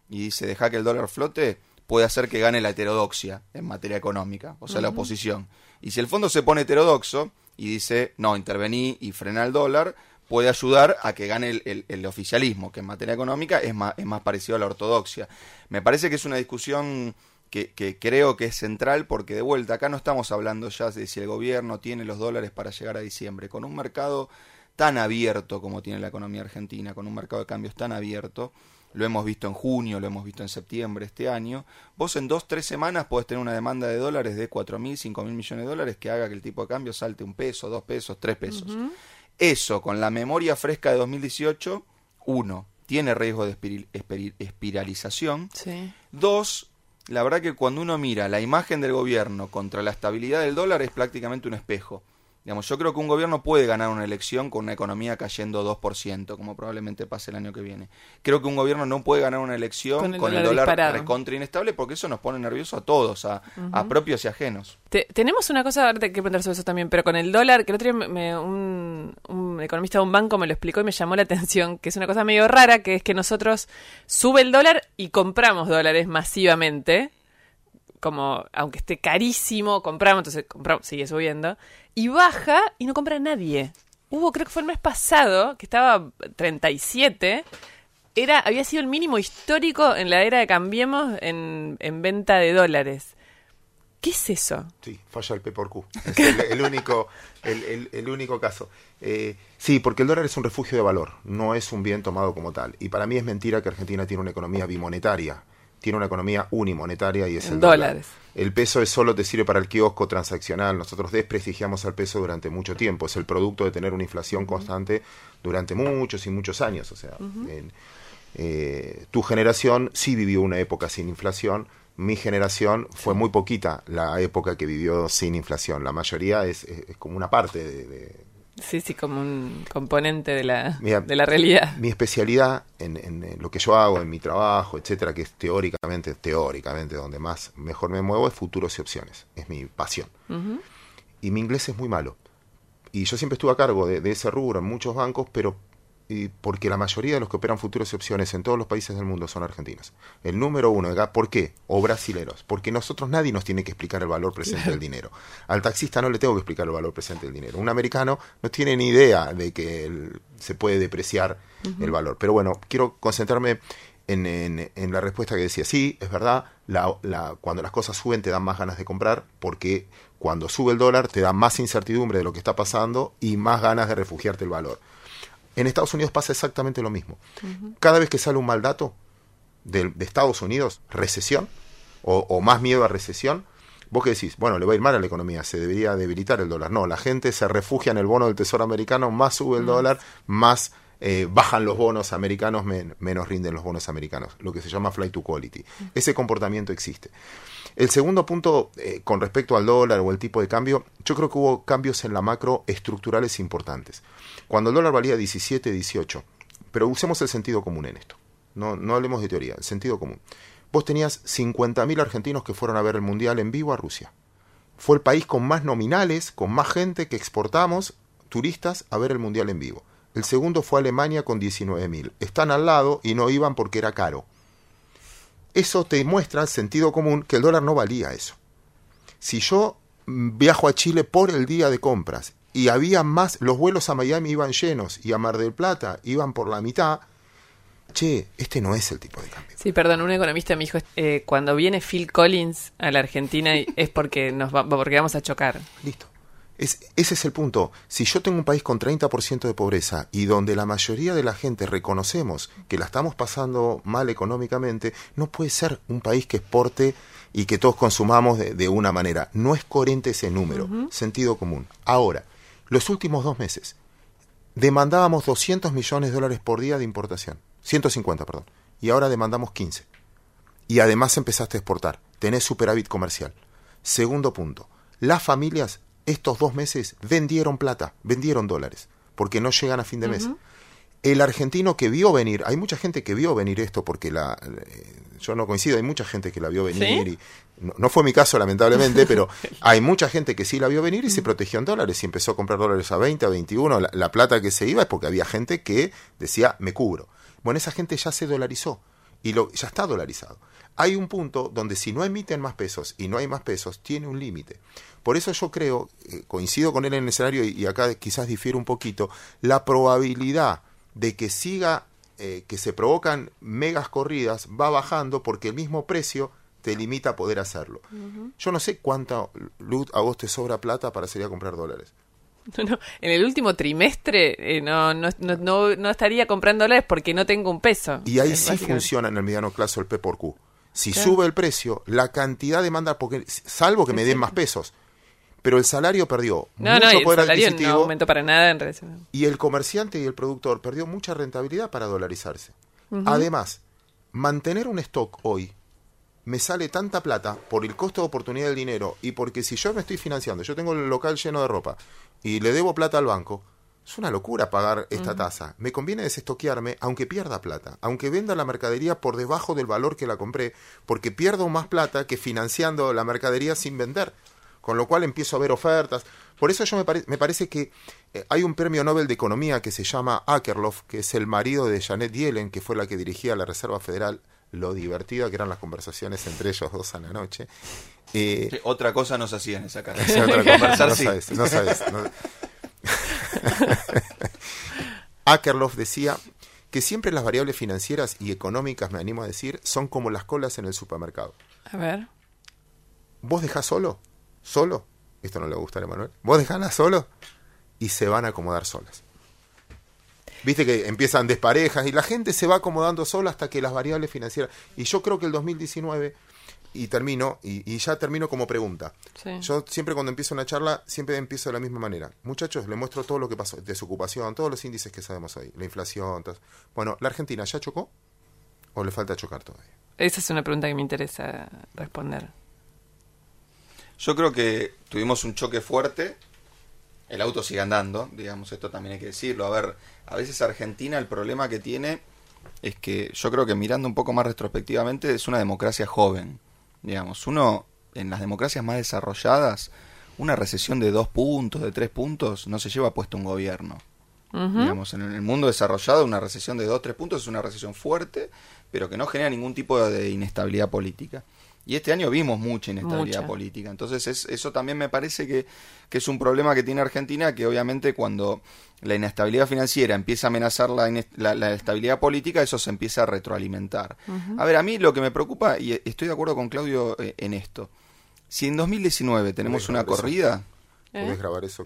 y dice deja que el dólar flote, puede hacer que gane la heterodoxia en materia económica, o sea, uh-huh. la oposición. Y si el fondo se pone heterodoxo y dice, no, intervení y frena el dólar, puede ayudar a que gane el, el, el oficialismo, que en materia económica es más, es más parecido a la ortodoxia. Me parece que es una discusión que, que creo que es central, porque de vuelta, acá no estamos hablando ya de si el gobierno tiene los dólares para llegar a diciembre. Con un mercado tan abierto como tiene la economía argentina, con un mercado de cambios tan abierto, lo hemos visto en junio, lo hemos visto en septiembre este año, vos en dos, tres semanas podés tener una demanda de dólares de cuatro mil, cinco mil millones de dólares que haga que el tipo de cambio salte un peso, dos pesos, tres pesos. Uh-huh. Eso, con la memoria fresca de dos mil dieciocho, uno, tiene riesgo de espir- espir- espiralización. Sí. Dos, la verdad que cuando uno mira la imagen del gobierno contra la estabilidad del dólar es prácticamente un espejo. Digamos, yo creo que un gobierno puede ganar una elección con una economía cayendo dos por ciento, como probablemente pase el año que viene. Creo que un gobierno no puede ganar una elección con el con dólar, el dólar recontra inestable, porque eso nos pone nerviosos a todos, a, uh-huh. a propios y ajenos. Te,
tenemos una cosa que preguntar sobre eso también, pero con el dólar, que el otro día me, un, un economista de un banco me lo explicó y me llamó la atención, que es una cosa medio rara, que es que nosotros sube el dólar y compramos dólares masivamente, como aunque esté carísimo, compramos, entonces compramos, sigue subiendo, y baja y no compra nadie. Hubo, creo que fue el mes pasado, que estaba treinta y siete, era, había sido el mínimo histórico en la era de Cambiemos en, en venta de dólares. ¿Qué es eso?
Sí, falla el P por Q. Es el, el único el, el, el único caso. Eh, sí, porque el dólar es un refugio de valor, no es un bien tomado como tal. Y para mí es mentira que Argentina tiene una economía bimonetaria. Tiene una economía unimonetaria y es el
dólares.
Dólar. El peso es solo te sirve para el kiosco transaccional. Nosotros desprestigiamos al peso durante mucho tiempo. Es el producto de tener una inflación uh-huh. constante durante muchos y muchos años. O sea, uh-huh. en, eh, tu generación sí vivió una época sin inflación. Mi generación fue muy poquita la época que vivió sin inflación. La mayoría es, es, es como una parte de... de
Sí, sí, como un componente de la,
Mira,
de la realidad.
Mi especialidad en, en, en lo que yo hago, en mi trabajo, etcétera, que es teóricamente, teóricamente donde más mejor me muevo, es futuros y opciones. Es mi pasión. Uh-huh. Y mi inglés es muy malo. Y yo siempre estuve a cargo de, de ese rubro en muchos bancos, pero y porque la mayoría de los que operan futuros y opciones en todos los países del mundo son argentinos. El número uno, ¿por qué? O brasileros. Porque nosotros nadie nos tiene que explicar el valor presente claro. del dinero. Al taxista no le tengo que explicar el valor presente del dinero. Un americano no tiene ni idea de que el, se puede depreciar uh-huh. el valor. Pero bueno, quiero concentrarme en, en, en la respuesta que decía. Sí, es verdad, la, la, cuando las cosas suben te dan más ganas de comprar, porque cuando sube el dólar te da más incertidumbre de lo que está pasando y más ganas de refugiarte el valor. En Estados Unidos pasa exactamente lo mismo. Uh-huh. Cada vez que sale un mal dato de, de Estados Unidos, recesión, o, o más miedo a recesión, vos que decís, bueno, le va a ir mal a la economía, se debería debilitar el dólar. No, la gente se refugia en el bono del Tesoro americano, más sube el uh-huh. dólar, más eh, bajan los bonos americanos, men, menos rinden los bonos americanos, lo que se llama flight to quality. Uh-huh. Ese comportamiento existe. El segundo punto, eh, con respecto al dólar o el tipo de cambio, yo creo que hubo cambios en la macro estructurales importantes. Cuando el dólar valía diecisiete, dieciocho, pero usemos el sentido común en esto, no, no hablemos de teoría, el sentido común. Vos tenías cincuenta mil argentinos que fueron a ver el Mundial en vivo a Rusia. Fue el país con más nominales, con más gente que exportamos turistas a ver el Mundial en vivo. El segundo fue Alemania con diecinueve mil. Están al lado y no iban porque era caro. Eso te muestra el sentido común que el dólar no valía eso. Si yo viajo a Chile por el día de compras y había más, los vuelos a Miami iban llenos y a Mar del Plata iban por la mitad, che, este no es el tipo de cambio.
Sí, perdón, un economista me dijo, eh, cuando viene Phil Collins a la Argentina es porque nos va, porque vamos a chocar.
Listo. Es, ese es el punto. Si yo tengo un país con treinta por ciento de pobreza y donde la mayoría de la gente reconocemos que la estamos pasando mal económicamente, no puede ser un país que exporte y que todos consumamos de, de una manera. No es coherente ese número. Uh-huh. Sentido común. Ahora, los últimos dos meses demandábamos doscientos millones de dólares por día de importación. ciento cincuenta, perdón. Y ahora demandamos quince. Y además empezaste a exportar. Tenés superávit comercial. Segundo punto. Las familias estos dos meses vendieron plata, vendieron dólares, porque no llegan a fin de mes. Uh-huh. El argentino que vio venir, hay mucha gente que vio venir esto, porque la eh, yo no coincido, hay mucha gente que la vio venir, ¿sí? y no, no fue mi caso lamentablemente, pero hay mucha gente que sí la vio venir y uh-huh. se protegió en dólares y empezó a comprar dólares a veinte, a veintiuno, la, la plata que se iba es porque había gente que decía, me cubro. Bueno, esa gente ya se dolarizó. Y lo, ya está dolarizado. Hay un punto donde si no emiten más pesos y no hay más pesos, tiene un límite. Por eso yo creo, eh, coincido con él en el escenario y, y acá quizás difiere un poquito, la probabilidad de que siga, eh, que se provocan megas corridas va bajando porque el mismo precio te limita a poder hacerlo. Uh-huh. Yo no sé cuánta, Luz, a vos te sobra plata para salir a comprar dólares.
No, no. En el último trimestre eh, no, no, no, no, no estaría comprando dólares porque no tengo un peso.
Y ahí sí funciona en el mediano plazo el P por Q. Si
claro.
sube el precio, la cantidad de manda, porque salvo que me den más pesos, pero el salario perdió
no,
mucho
no, y
poder
el salario
adquisitivo.
No aumentó para nada en relación.
Y el comerciante y el productor perdió mucha rentabilidad para dolarizarse. Uh-huh. Además, mantener un stock hoy me sale tanta plata por el costo de oportunidad del dinero y porque si yo me estoy financiando, yo tengo el local lleno de ropa y le debo plata al banco, es una locura pagar esta uh-huh. tasa. Me conviene desestoquearme aunque pierda plata, aunque venda la mercadería por debajo del valor que la compré, porque pierdo más plata que financiando la mercadería sin vender. Con lo cual empiezo a ver ofertas. Por eso yo me, pare- me parece que eh, hay un premio Nobel de Economía que se llama Akerlof, que es el marido de Janet Yellen, que fue la que dirigía la Reserva Federal. Lo divertida que eran las conversaciones entre ellos dos a la noche. Eh,
sí, otra cosa nos hacía en esa carrera.
Esa otra cosa, no sabes, no sabes. No. Akerlof decía que siempre las variables financieras y económicas, me animo a decir, son como las colas en el supermercado.
A ver.
¿Vos dejás solo? ¿Solo? Esto no le va a gustar a Emanuel. ¿Vos dejala solo? Y se van a acomodar solas. Viste que empiezan desparejas y la gente se va acomodando sola hasta que las variables financieras... Y yo creo que el dos mil diecinueve, y termino, y, y ya termino como pregunta. Sí. Yo siempre cuando empiezo una charla, siempre empiezo de la misma manera. Muchachos, les muestro todo lo que pasó, desocupación, todos los índices que sabemos hoy, la inflación... Todo. Bueno, ¿la Argentina ya chocó o le falta chocar todavía?
Esa es una pregunta que me interesa responder.
Yo creo que tuvimos un choque fuerte. El auto sigue andando, digamos, esto también hay que decirlo. A ver, a veces Argentina el problema que tiene es que yo creo que mirando un poco más retrospectivamente es una democracia joven. Digamos, uno en las democracias más desarrolladas, una recesión de dos puntos, de tres puntos, no se lleva puesto un gobierno. Uh-huh. Digamos, en el mundo desarrollado una recesión de dos, tres puntos es una recesión fuerte, pero que no genera ningún tipo de inestabilidad política. Y este año vimos mucha inestabilidad mucha. política. Entonces es, eso también me parece que, que es un problema que tiene Argentina, que obviamente cuando la inestabilidad financiera empieza a amenazar la, la, la estabilidad política, eso se empieza a retroalimentar. Uh-huh. A ver, a mí lo que me preocupa, y estoy de acuerdo con Claudio eh, en esto, si en dos mil diecinueve tenemos una corrida...
¿Eh? ¿Podés grabar eso?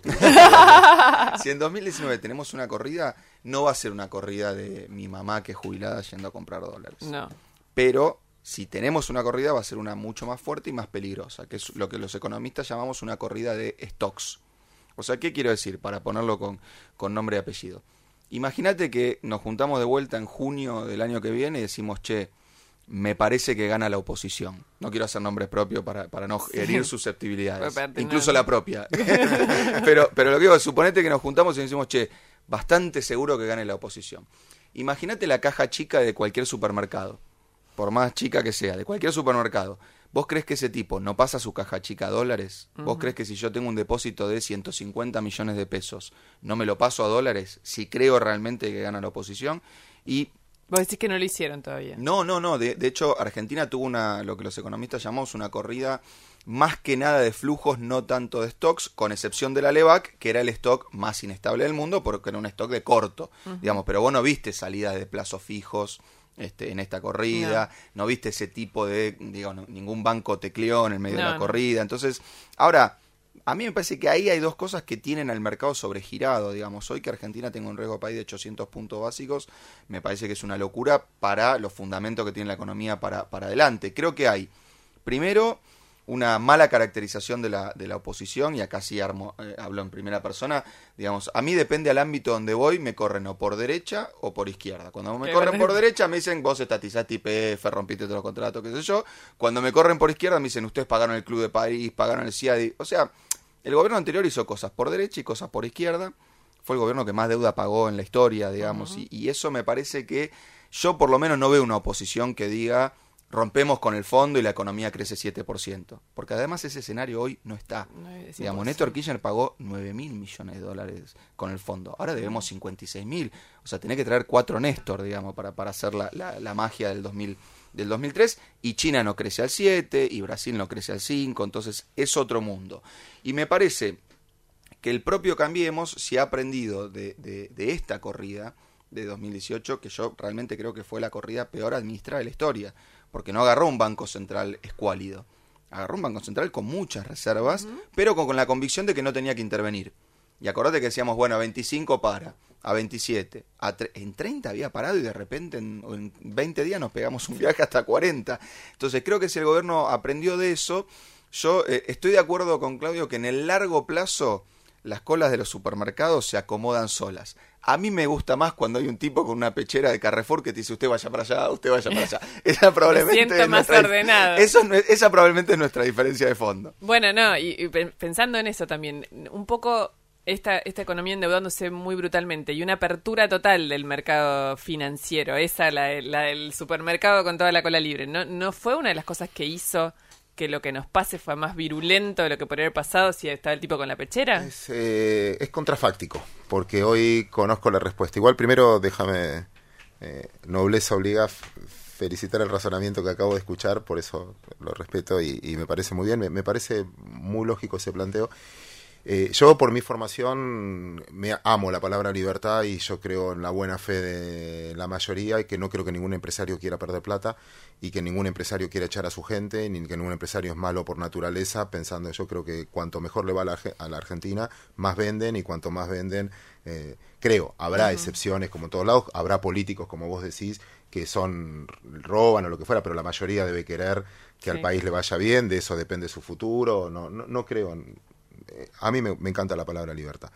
Si en dos mil diecinueve tenemos una corrida, no va a ser una corrida de mi mamá que es jubilada yendo a comprar dólares.
No.
Pero... si tenemos una corrida va a ser una mucho más fuerte y más peligrosa, que es lo que los economistas llamamos una corrida de stocks. O sea, ¿qué quiero decir? Para ponerlo con, con nombre y apellido. Imagínate que nos juntamos de vuelta en junio del año que viene y decimos, che, me parece que gana la oposición. No quiero hacer nombres propios para, para no herir susceptibilidades, incluso la propia. pero, pero lo que digo es, suponete que nos juntamos y decimos, che, bastante seguro que gane la oposición. Imagínate la caja chica de cualquier supermercado. Por más chica que sea, de cualquier supermercado, ¿vos crees que ese tipo no pasa su caja chica a dólares? Uh-huh. ¿Vos crees que si yo tengo un depósito de ciento cincuenta millones de pesos, no me lo paso a dólares si creo realmente que gana la oposición? Y
vos decís que no lo hicieron todavía.
No, no, no. De, de hecho, Argentina tuvo una, lo que los economistas llamamos una corrida más que nada de flujos, no tanto de stocks, con excepción de la Levac, que era el stock más inestable del mundo, porque era un stock de corto, uh-huh. digamos. Pero vos no viste salidas de plazos fijos, Este, en esta corrida, no. no viste ese tipo de, digo, no, ningún banco tecleó en el medio no, de la corrida, no. Entonces, ahora, a mí me parece que ahí hay dos cosas que tienen al mercado sobregirado, digamos, hoy que Argentina tenga un riesgo país de ochocientos puntos básicos, me parece que es una locura para los fundamentos que tiene la economía para, para adelante. Creo que hay, primero, una mala caracterización de la, de la oposición, y acá sí armo, eh, hablo en primera persona, digamos, a mí depende al ámbito donde voy, me corren o por derecha o por izquierda. Cuando me corren por derecha me dicen, vos estatizaste I P F, rompiste todos los contratos, qué sé yo. Cuando me corren por izquierda me dicen, ustedes pagaron el Club de París, pagaron el CIADI. O sea, el gobierno anterior hizo cosas por derecha y cosas por izquierda. Fue el gobierno que más deuda pagó en la historia, digamos, uh-huh. y, y eso me parece que yo por lo menos no veo una oposición que diga... rompemos con el fondo y la economía crece siete por ciento. Porque además ese escenario hoy no está.
No, es
Digamos,
imposible.
Néstor Kirchner pagó nueve mil millones de dólares con el fondo. Ahora debemos cincuenta y seis mil. O sea, tenés que traer cuatro Néstor, digamos, para, para hacer la, la, la magia del dos mil, del dos mil tres. Y China no crece al siete, y Brasil no crece al cinco. Entonces es otro mundo. Y me parece que el propio Cambiemos, si ha aprendido de, de, de esta corrida de dos mil dieciocho, que yo realmente creo que fue la corrida peor administrada de la historia, porque no agarró un banco central escuálido, agarró un banco central con muchas reservas, uh-huh. pero con, con la convicción de que no tenía que intervenir. Y acordate que decíamos, bueno, a veinticinco para, a veintisiete, a tre- en treinta había parado y de repente en, en veinte días nos pegamos un viaje hasta cuarenta. Entonces creo que si el gobierno aprendió de eso, yo eh, estoy de acuerdo con Claudio que en el largo plazo las colas de los supermercados se acomodan solas. A mí me gusta más cuando hay un tipo con una pechera de Carrefour que te dice usted vaya para allá, usted vaya para allá. Esa probablemente
Me siento
es
más
nuestra,
ordenado.
Eso, esa probablemente es nuestra diferencia de fondo.
Bueno, no, y, y pensando en eso también, un poco esta, esta economía endeudándose muy brutalmente y una apertura total del mercado financiero, esa, la, la del supermercado con toda la cola libre, ¿no, no fue una de las cosas que hizo que lo que nos pase fue más virulento de lo que podría haber pasado si estaba el tipo con la pechera?
Es, eh, es contrafáctico, porque hoy conozco la respuesta. Igual primero déjame, eh, nobleza obliga, f- felicitar el razonamiento que acabo de escuchar, por eso lo respeto y, y me parece muy bien, me, me parece muy lógico ese planteo. Eh, yo por mi formación me amo la palabra libertad y yo creo en la buena fe de la mayoría y que no creo que ningún empresario quiera perder plata y que ningún empresario quiera echar a su gente ni que ningún empresario es malo por naturaleza, pensando yo creo que cuanto mejor le va a la, a la Argentina más venden y cuanto más venden eh, creo, habrá uh-huh. excepciones como en todos lados, habrá políticos como vos decís que son roban o lo que fuera, pero la mayoría debe querer que sí. al país le vaya bien, de eso depende su futuro, no, no, no creo en a mí me, me encanta la palabra libertad.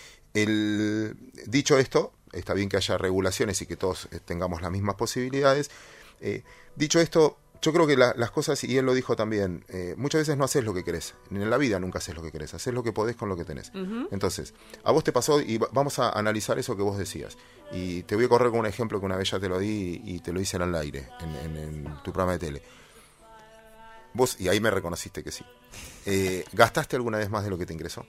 El, dicho esto, está bien que haya regulaciones y que todos tengamos las mismas posibilidades. Eh, dicho esto, yo creo que la, las cosas, y él lo dijo también, eh, muchas veces no haces lo que querés. En la vida nunca haces lo que querés, haces lo que podés con lo que tenés. Uh-huh. Entonces, a vos te pasó, y vamos a analizar eso que vos decías. Y te voy a correr con un ejemplo que una vez ya te lo di y te lo hice al aire, en, en, en tu programa de tele. Vos, y ahí me reconociste que sí. Eh, ¿Gastaste alguna vez más de lo que te ingresó?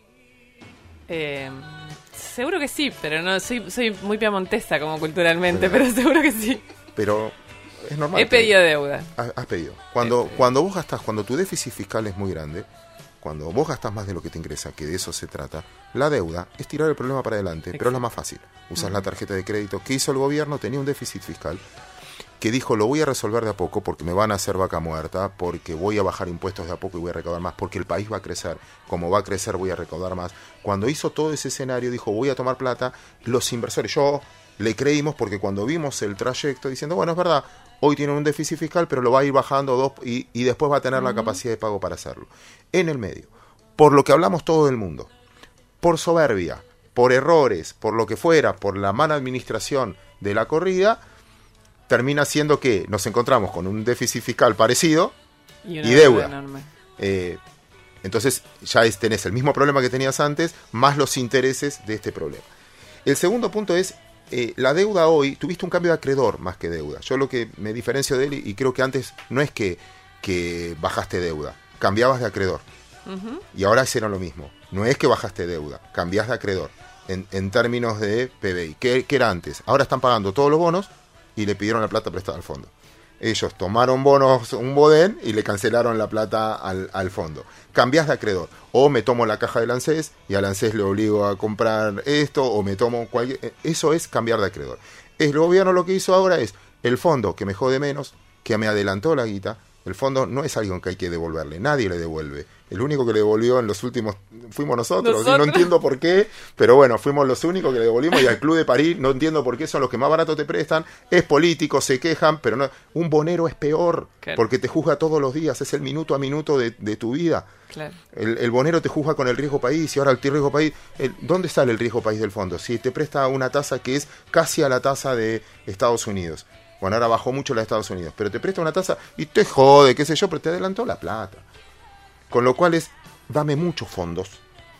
Eh, seguro que sí, pero no soy soy muy piamontesa como culturalmente, pero, pero seguro que sí.
Pero es normal.
He pedido deuda.
Has, has pedido. Cuando, pedido. cuando vos gastás, cuando tu déficit fiscal es muy grande, cuando vos gastás más de lo que te ingresa, que de eso se trata, la deuda es tirar el problema para adelante, Exacto. pero es lo más fácil. Usas uh-huh. la tarjeta de crédito. ¿Qué hizo el gobierno? Tenía un déficit fiscal que dijo, lo voy a resolver de a poco porque me van a hacer vaca muerta, porque voy a bajar impuestos de a poco y voy a recaudar más, porque el país va a crecer, como va a crecer voy a recaudar más. Cuando hizo todo ese escenario dijo, voy a tomar plata, los inversores, yo le creímos porque cuando vimos el trayecto diciendo, bueno, es verdad, hoy tiene un déficit fiscal, pero lo va a ir bajando dos y, y después va a tener uh-huh. la capacidad de pago para hacerlo. En el medio, por lo que hablamos todo el mundo, por soberbia, por errores, por lo que fuera, por la mala administración de la corrida, termina siendo que nos encontramos con un déficit fiscal parecido y, y deuda. Eh, entonces ya es, tenés el mismo problema que tenías antes, más los intereses de este problema. El segundo punto es, eh, la deuda hoy, tuviste un cambio de acreedor más que deuda. Yo lo que me diferencio de él, y creo que antes no es que, que bajaste deuda, cambiabas de acreedor. Uh-huh. Y ahora hicieron lo mismo. No es que bajaste deuda, cambiás de acreedor en, en términos de P B I. ¿Qué, qué era antes? Ahora están pagando todos los bonos y le pidieron la plata prestada al fondo. Ellos tomaron bonos, un bodén, y le cancelaron la plata al, al fondo. Cambiás de acreedor. O me tomo la caja del ANSES y al ANSES le obligo a comprar esto, o me tomo cualquier... Eso es cambiar de acreedor. El gobierno lo que hizo ahora es, el fondo que me jode menos, que me adelantó la guita, el fondo no es algo que hay que devolverle, nadie le devuelve. El único que le devolvió en los últimos fuimos nosotros, ¿Nosotros? Y no entiendo por qué, pero bueno, fuimos los únicos que le devolvimos, y al Club de París no entiendo por qué, son los que más barato te prestan, es político, se quejan, pero no, un bonero es peor, claro. porque te juzga todos los días, es el minuto a minuto de, de tu vida. Claro. El, el bonero te juzga con el riesgo país, y ahora el riesgo país, el, ¿dónde sale el riesgo país del fondo? Si te presta una tasa que es casi a la tasa de Estados Unidos. Bueno, ahora bajó mucho la de Estados Unidos, pero te presta una tasa y te jode, qué sé yo, pero te adelantó la plata. Con lo cual es, dame muchos fondos,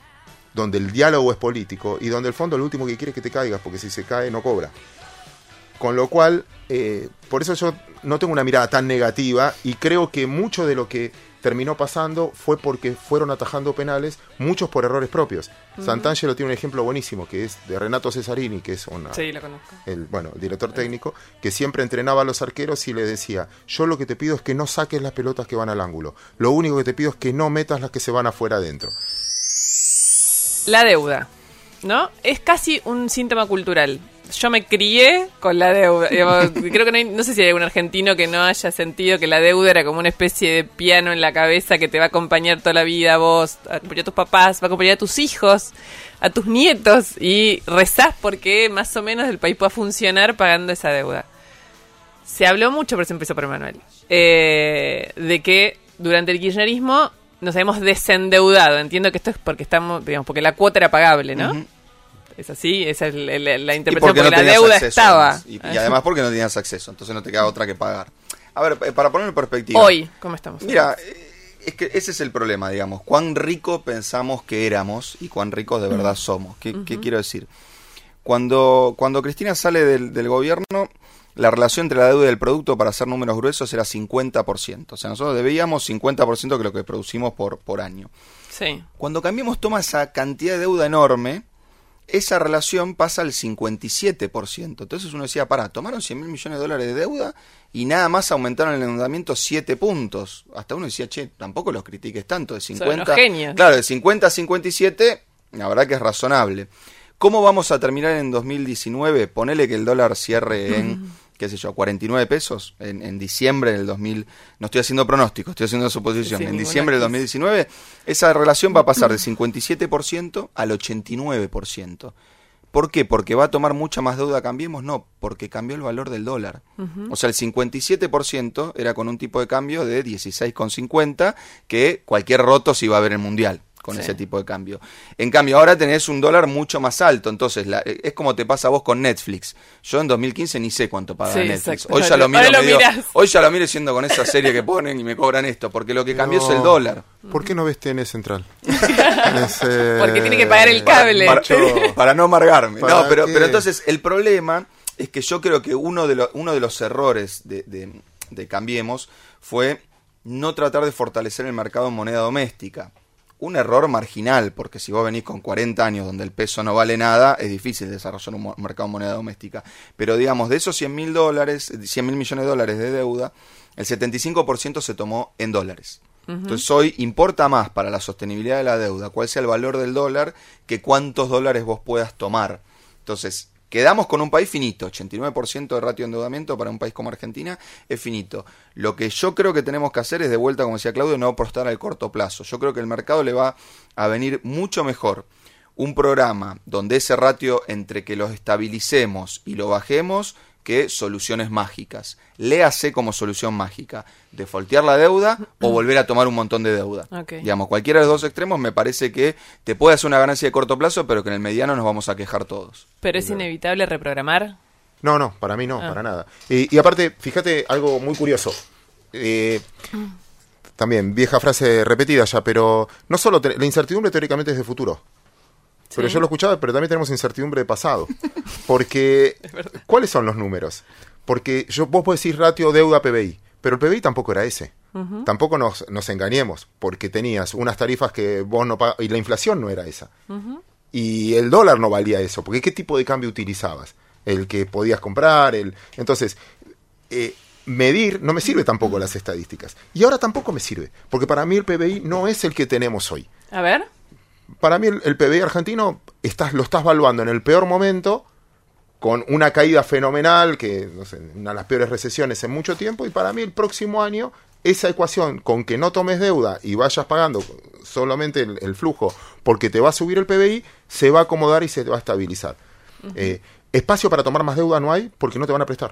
donde el diálogo es político y donde el fondo lo último que quiere es que te caigas, porque si se cae no cobra. Con lo cual, eh, por eso yo no tengo una mirada tan negativa y creo que mucho de lo que terminó pasando fue porque fueron atajando penales, muchos por errores propios. Uh-huh. Santangelo tiene un ejemplo buenísimo, que es de Renato Cesarini, que es una,
sí, lo conozco.
El, bueno, el director técnico, que siempre entrenaba a los arqueros y le decía, yo lo que te pido es que no saques las pelotas que van al ángulo, lo único que te pido es que no metas las que se van afuera adentro.
La deuda, ¿no? Es casi un síntoma cultural. Yo me crié con la deuda. Creo que no, hay, no sé si hay algún argentino que no haya sentido que la deuda era como una especie de piano en la cabeza que te va a acompañar toda la vida, a vos, a acompañar a tus papás, va a acompañar a tus hijos, a tus nietos, y rezás porque más o menos el país pueda funcionar pagando esa deuda. Se habló mucho, pero se empezó por Emanuel, eh, de que durante el kirchnerismo nos habíamos desendeudado. Entiendo que esto es porque estamos, digamos, porque la cuota era pagable, ¿no? Uh-huh. Es así, esa es la, la, la interpretación, porque, porque no la deuda acceso,
estaba. Y, y además porque no tenías acceso, entonces no te queda otra que pagar. A ver, para poner en perspectiva.
Hoy, ¿cómo estamos?
Mira, es que ese es el problema, digamos. Cuán rico pensamos que éramos y cuán ricos de verdad somos. ¿Qué, uh-huh. ¿qué quiero decir? Cuando, cuando Cristina sale del, del gobierno, la relación entre la deuda y el producto, para hacer números gruesos, era cincuenta por ciento. O sea, nosotros debíamos cincuenta por ciento de lo que producimos por, por año.
Sí.
Cuando Cambiemos toma esa cantidad de deuda enorme, esa relación pasa al cincuenta y siete por ciento. Entonces uno decía, pará, tomaron cien mil millones de dólares de deuda y nada más aumentaron el endeudamiento siete puntos. Hasta uno decía, che, tampoco los critiques tanto. De cincuenta, claro, de cincuenta a cincuenta y siete, la verdad que es razonable. ¿Cómo vamos a terminar en dos mil diecinueve? Ponele que el dólar cierre en, qué sé yo, cuarenta y nueve pesos en, en diciembre del dos mil. No estoy haciendo pronósticos, estoy haciendo suposición. Sí, en diciembre del dos mil diecinueve, esa relación va a pasar de cincuenta y siete por ciento al ochenta y nueve por ciento. ¿Por qué? ¿Porque va a tomar mucha más deuda Cambiemos? No, porque cambió el valor del dólar. Uh-huh. O sea, el cincuenta y siete por ciento era con un tipo de cambio de dieciséis con cincuenta, que cualquier roto se iba a ver en el Mundial con sí. ese tipo de cambio. En cambio, ahora tenés un dólar mucho más alto, entonces la, es como te pasa a vos con Netflix. Yo en dos mil quince ni sé cuánto pagaba sí, Netflix. Exacto. Hoy ya lo miro,
lo
medio, hoy ya lo miro siendo con esa serie que ponen y me cobran esto, porque lo que Pero, cambió es el dólar.
¿Por qué no ves T N Central?
Ese... Porque tiene que pagar el cable.
Para, para, para no amargarme. ¿Para no, pero, pero entonces el problema es que yo creo que uno de, lo, uno de los errores de, de, de Cambiemos fue no tratar de fortalecer el mercado en moneda doméstica. Un error marginal, porque si vos venís con cuarenta años donde el peso no vale nada, es difícil desarrollar un mercado en moneda doméstica. Pero digamos, de esos cien mil dólares, cien mil millones de dólares de deuda, el setenta y cinco por ciento se tomó en dólares. Uh-huh. Entonces hoy importa más para la sostenibilidad de la deuda cuál sea el valor del dólar que cuántos dólares vos puedas tomar. Entonces, quedamos con un país finito, ochenta y nueve por ciento de ratio de endeudamiento para un país como Argentina es finito. Lo que yo creo que tenemos que hacer es, de vuelta, como decía Claudio, no apostar al corto plazo. Yo creo que el mercado le va a venir mucho mejor un programa donde ese ratio entre que lo estabilicemos y lo bajemos que soluciones mágicas. Léase como solución mágica, defaultear la deuda o volver a tomar un montón de deuda. Okay. Digamos, cualquiera de los dos extremos me parece que te puede hacer una ganancia de corto plazo, pero que en el mediano nos vamos a quejar todos.
¿Pero es inevitable reprogramar?
No, no, para mí no, ah. para nada. Y, y aparte, fíjate algo muy curioso. Eh, también, vieja frase repetida ya, pero no solo te, la incertidumbre teóricamente es de futuro. Pero sí. Yo lo escuchaba, pero también tenemos incertidumbre de pasado. Porque, ¿cuáles son los números? Porque yo, vos podés decir ratio deuda P B I, pero el P B I tampoco era ese. Uh-huh. Tampoco nos, nos engañemos, porque tenías unas tarifas que vos no pagabas, y la inflación no era esa. Uh-huh. Y el dólar no valía eso, porque ¿qué tipo de cambio utilizabas? El que podías comprar, el... Entonces, eh, medir no me sirve tampoco las estadísticas. Y ahora tampoco me sirve, porque para mí el P B I no es el que tenemos hoy.
A ver...
Para mí el, el P B I argentino estás, lo estás valuando en el peor momento, con una caída fenomenal, que no sé, una de las peores recesiones en mucho tiempo, y para mí el próximo año, esa ecuación con que no tomes deuda y vayas pagando solamente el, el flujo, porque te va a subir el P B I, se va a acomodar y se va a estabilizar. Uh-huh. Eh, espacio para tomar más deuda no hay, porque no te van a prestar.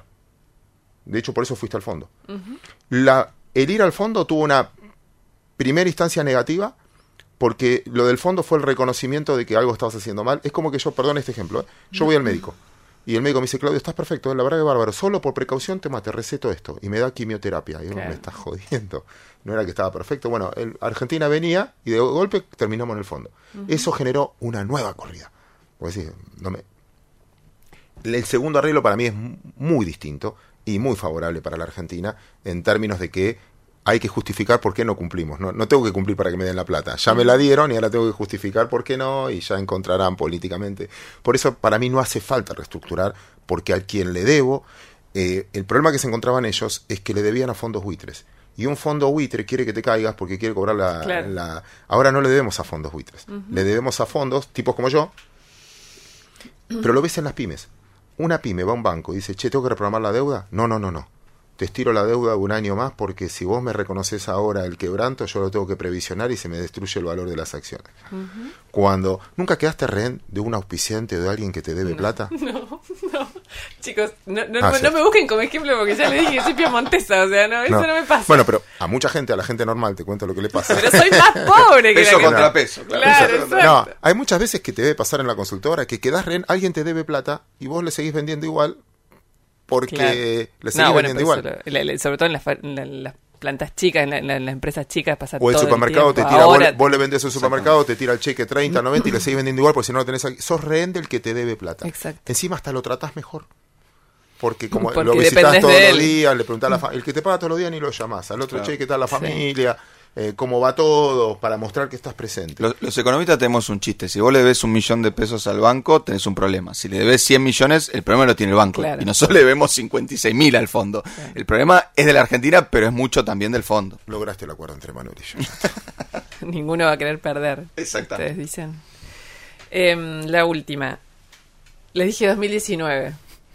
De hecho, por eso fuiste al fondo. Uh-huh. La, el ir al fondo tuvo una primera instancia negativa, porque lo del fondo fue el reconocimiento de que algo estabas haciendo mal. Es como que yo, perdón este ejemplo, ¿eh? Yo voy al médico y el médico me dice, Claudio, estás perfecto, ¿eh? La verdad que bárbaro, solo por precaución te, te receto esto y me da quimioterapia. Y yo, claro. Me estás jodiendo, no era que estaba perfecto. Bueno, el, Argentina venía y de golpe terminamos en el fondo. Uh-huh. Eso generó una nueva corrida. Pues sí, no me... El segundo arreglo para mí es muy distinto y muy favorable para la Argentina en términos de que hay que justificar por qué no cumplimos. No, no tengo que cumplir para que me den la plata. Ya me la dieron y ahora tengo que justificar por qué no y ya encontrarán políticamente. Por eso para mí no hace falta reestructurar porque a quien le debo, eh, el problema que se encontraban ellos es que le debían a fondos buitres. Y un fondo buitre quiere que te caigas porque quiere cobrar la...
Claro.
la... Ahora no le debemos a fondos buitres. Uh-huh. Le debemos a fondos, tipos como yo, pero lo ves en las pymes. Una pyme va a un banco y dice, che, ¿tengo que reprogramar la deuda? No, no, no, no. Te estiro la deuda un año más porque si vos me reconoces ahora el quebranto, yo lo tengo que previsionar y se me destruye el valor de las acciones. Uh-huh. Cuando... ¿Nunca quedaste rehén de un auspiciante o de alguien que te debe
no,
plata?
No, no. Chicos, no, no,
ah,
no,
sí.
no me busquen como ejemplo porque ya le dije que soy piemontesa, o sea, no, eso no, no me pasa.
Bueno, pero a mucha gente, a la gente normal, te cuento lo que le pasa.
Pero soy más pobre que
peso
la que...
contra peso, claro.
Claro,
Peso contra...
exacto.
No, hay muchas veces que te debe pasar en la consultora que quedás rehén, alguien te debe plata y vos le seguís vendiendo igual porque
claro.
le seguís
no, bueno,
vendiendo igual.
Eso, la, la, sobre todo en las, en la, en las plantas chicas, en, la, en, la, en las empresas chicas pasa
o el
todo
supermercado
el
te
tiempo.
tira,
Ahora...
vos, vos le vendés al supermercado, te tira el cheque treinta, noventa y le seguís vendiendo igual porque si no lo tenés aquí. Sos rehén del que te debe plata.
Exacto.
Encima hasta lo tratás mejor. Porque como
porque
lo visitas todos
de
los días, le preguntás a la fa- el que te paga todos los días ni lo llamás, al otro,
claro.
che, ¿qué tal la
Sí.
familia? Eh, ¿Cómo va todo? Para mostrar que estás presente.
Los, los economistas tenemos un chiste. Si vos le debes un millón de pesos al banco, tenés un problema. Si le debes cien millones, el problema lo tiene el banco.
Claro.
Y nosotros le debemos cincuenta y seis mil al fondo. Claro. El problema es de la Argentina, pero es mucho también del fondo.
Lograste el acuerdo entre Manuel y yo.
Ninguno va a querer perder.
Exactamente.
Ustedes dicen. Eh, la última. Les dije dos mil diecinueve.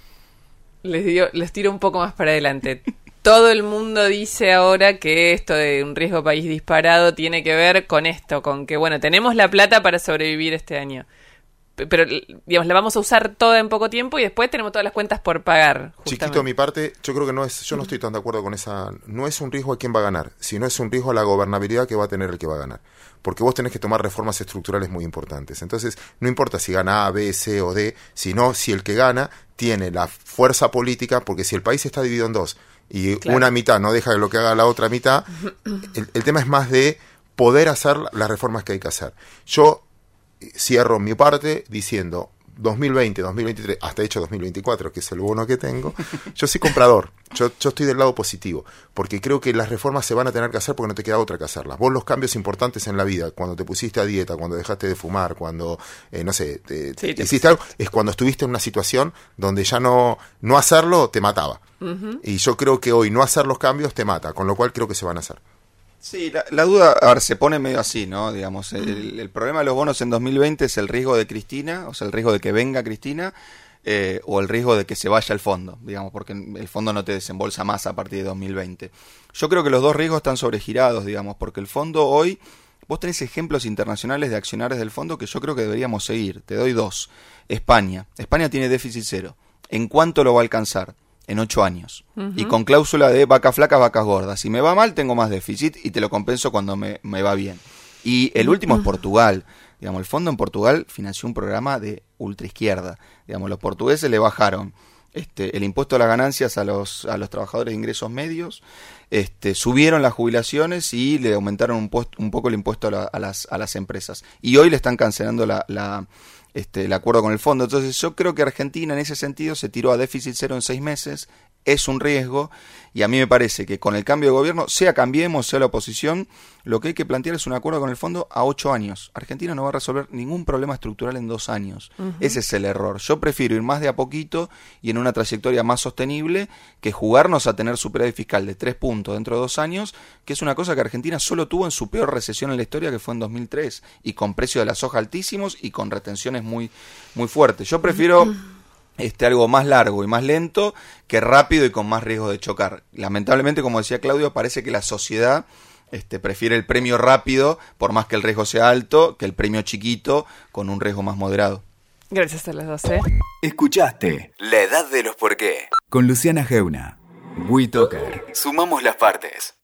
Les, digo, les tiro un poco más para adelante. Todo el mundo dice ahora que esto de un riesgo país disparado tiene que ver con esto, con que, bueno, tenemos la plata para sobrevivir este año. Pero, digamos, la vamos a usar toda en poco tiempo y después tenemos todas las cuentas por pagar. Justamente.
Chiquito, mi parte, yo creo que no es, yo no estoy tan de acuerdo con esa, no es un riesgo a quién va a ganar, sino es un riesgo a la gobernabilidad que va a tener el que va a ganar. Porque vos tenés que tomar reformas estructurales muy importantes. Entonces, no importa si gana A, B, C o D, sino si el que gana tiene la fuerza política, porque si el país está dividido en dos y claro. una mitad no deja lo que haga la otra mitad, el, el tema es más de poder hacer las reformas que hay que hacer. Yo cierro mi parte diciendo dos mil veinte, dos mil veintitrés, hasta hecho dos mil veinticuatro, que es el bono que tengo, yo soy comprador, yo, yo estoy del lado positivo, porque creo que las reformas se van a tener que hacer porque no te queda otra que hacerlas. Vos los cambios importantes en la vida, cuando te pusiste a dieta, cuando dejaste de fumar, cuando, eh, no sé, te,
sí, te
hiciste algo, es cuando estuviste en una situación donde ya no, no hacerlo te mataba. Uh-huh. Y yo creo que hoy no hacer los cambios te mata, con lo cual creo que se van a hacer.
Sí, la, la duda, a ver, se pone medio así, ¿no? Digamos, el, el problema de los bonos en dos mil veinte es el riesgo de Cristina, o sea, el riesgo de que venga Cristina, eh, o el riesgo de que se vaya el fondo, digamos, porque el fondo no te desembolsa más a partir de dos mil veinte. Yo creo que los dos riesgos están sobregirados, digamos, porque el fondo hoy, vos tenés ejemplos internacionales de accionarios del fondo que yo creo que deberíamos seguir. Te doy dos. España. España tiene déficit cero. ¿En cuánto lo va a alcanzar? En ocho años. Uh-huh. Y con cláusula de vacas flacas, vacas gordas. Si me va mal, tengo más déficit y te lo compenso cuando me, me va bien. Y el último es Portugal. Digamos, el fondo en Portugal financió un programa de ultraizquierda. Digamos, los portugueses le bajaron este, el impuesto a las ganancias a los, a los trabajadores de ingresos medios, este, subieron las jubilaciones y le aumentaron un, post, un poco el impuesto a, la, a, las, a las empresas. Y hoy le están cancelando la... la Este, el acuerdo con el fondo. Entonces yo creo que Argentina en ese sentido se tiró a déficit cero en seis meses, es un riesgo, y a mí me parece que con el cambio de gobierno, sea Cambiemos, sea la oposición, lo que hay que plantear es un acuerdo con el fondo a ocho años. Argentina no va a resolver ningún problema estructural en dos años. Uh-huh. Ese es el error. Yo prefiero ir más de a poquito y en una trayectoria más sostenible que jugarnos a tener superávit fiscal de tres puntos dentro de dos años, que es una cosa que Argentina solo tuvo en su peor recesión en la historia, que fue en dos mil tres, y con precios de la soja altísimos y con retenciones muy, muy fuertes. Yo prefiero... Este, algo más largo y más lento que rápido y con más riesgo de chocar. Lamentablemente, como decía Claudio, parece que la sociedad este, prefiere el premio rápido, por más que el riesgo sea alto, que el premio chiquito con un riesgo más moderado.
Gracias a las doce.
Escuchaste La Edad de los Por qué con Luciana Geuna. WeToker. Sumamos las partes.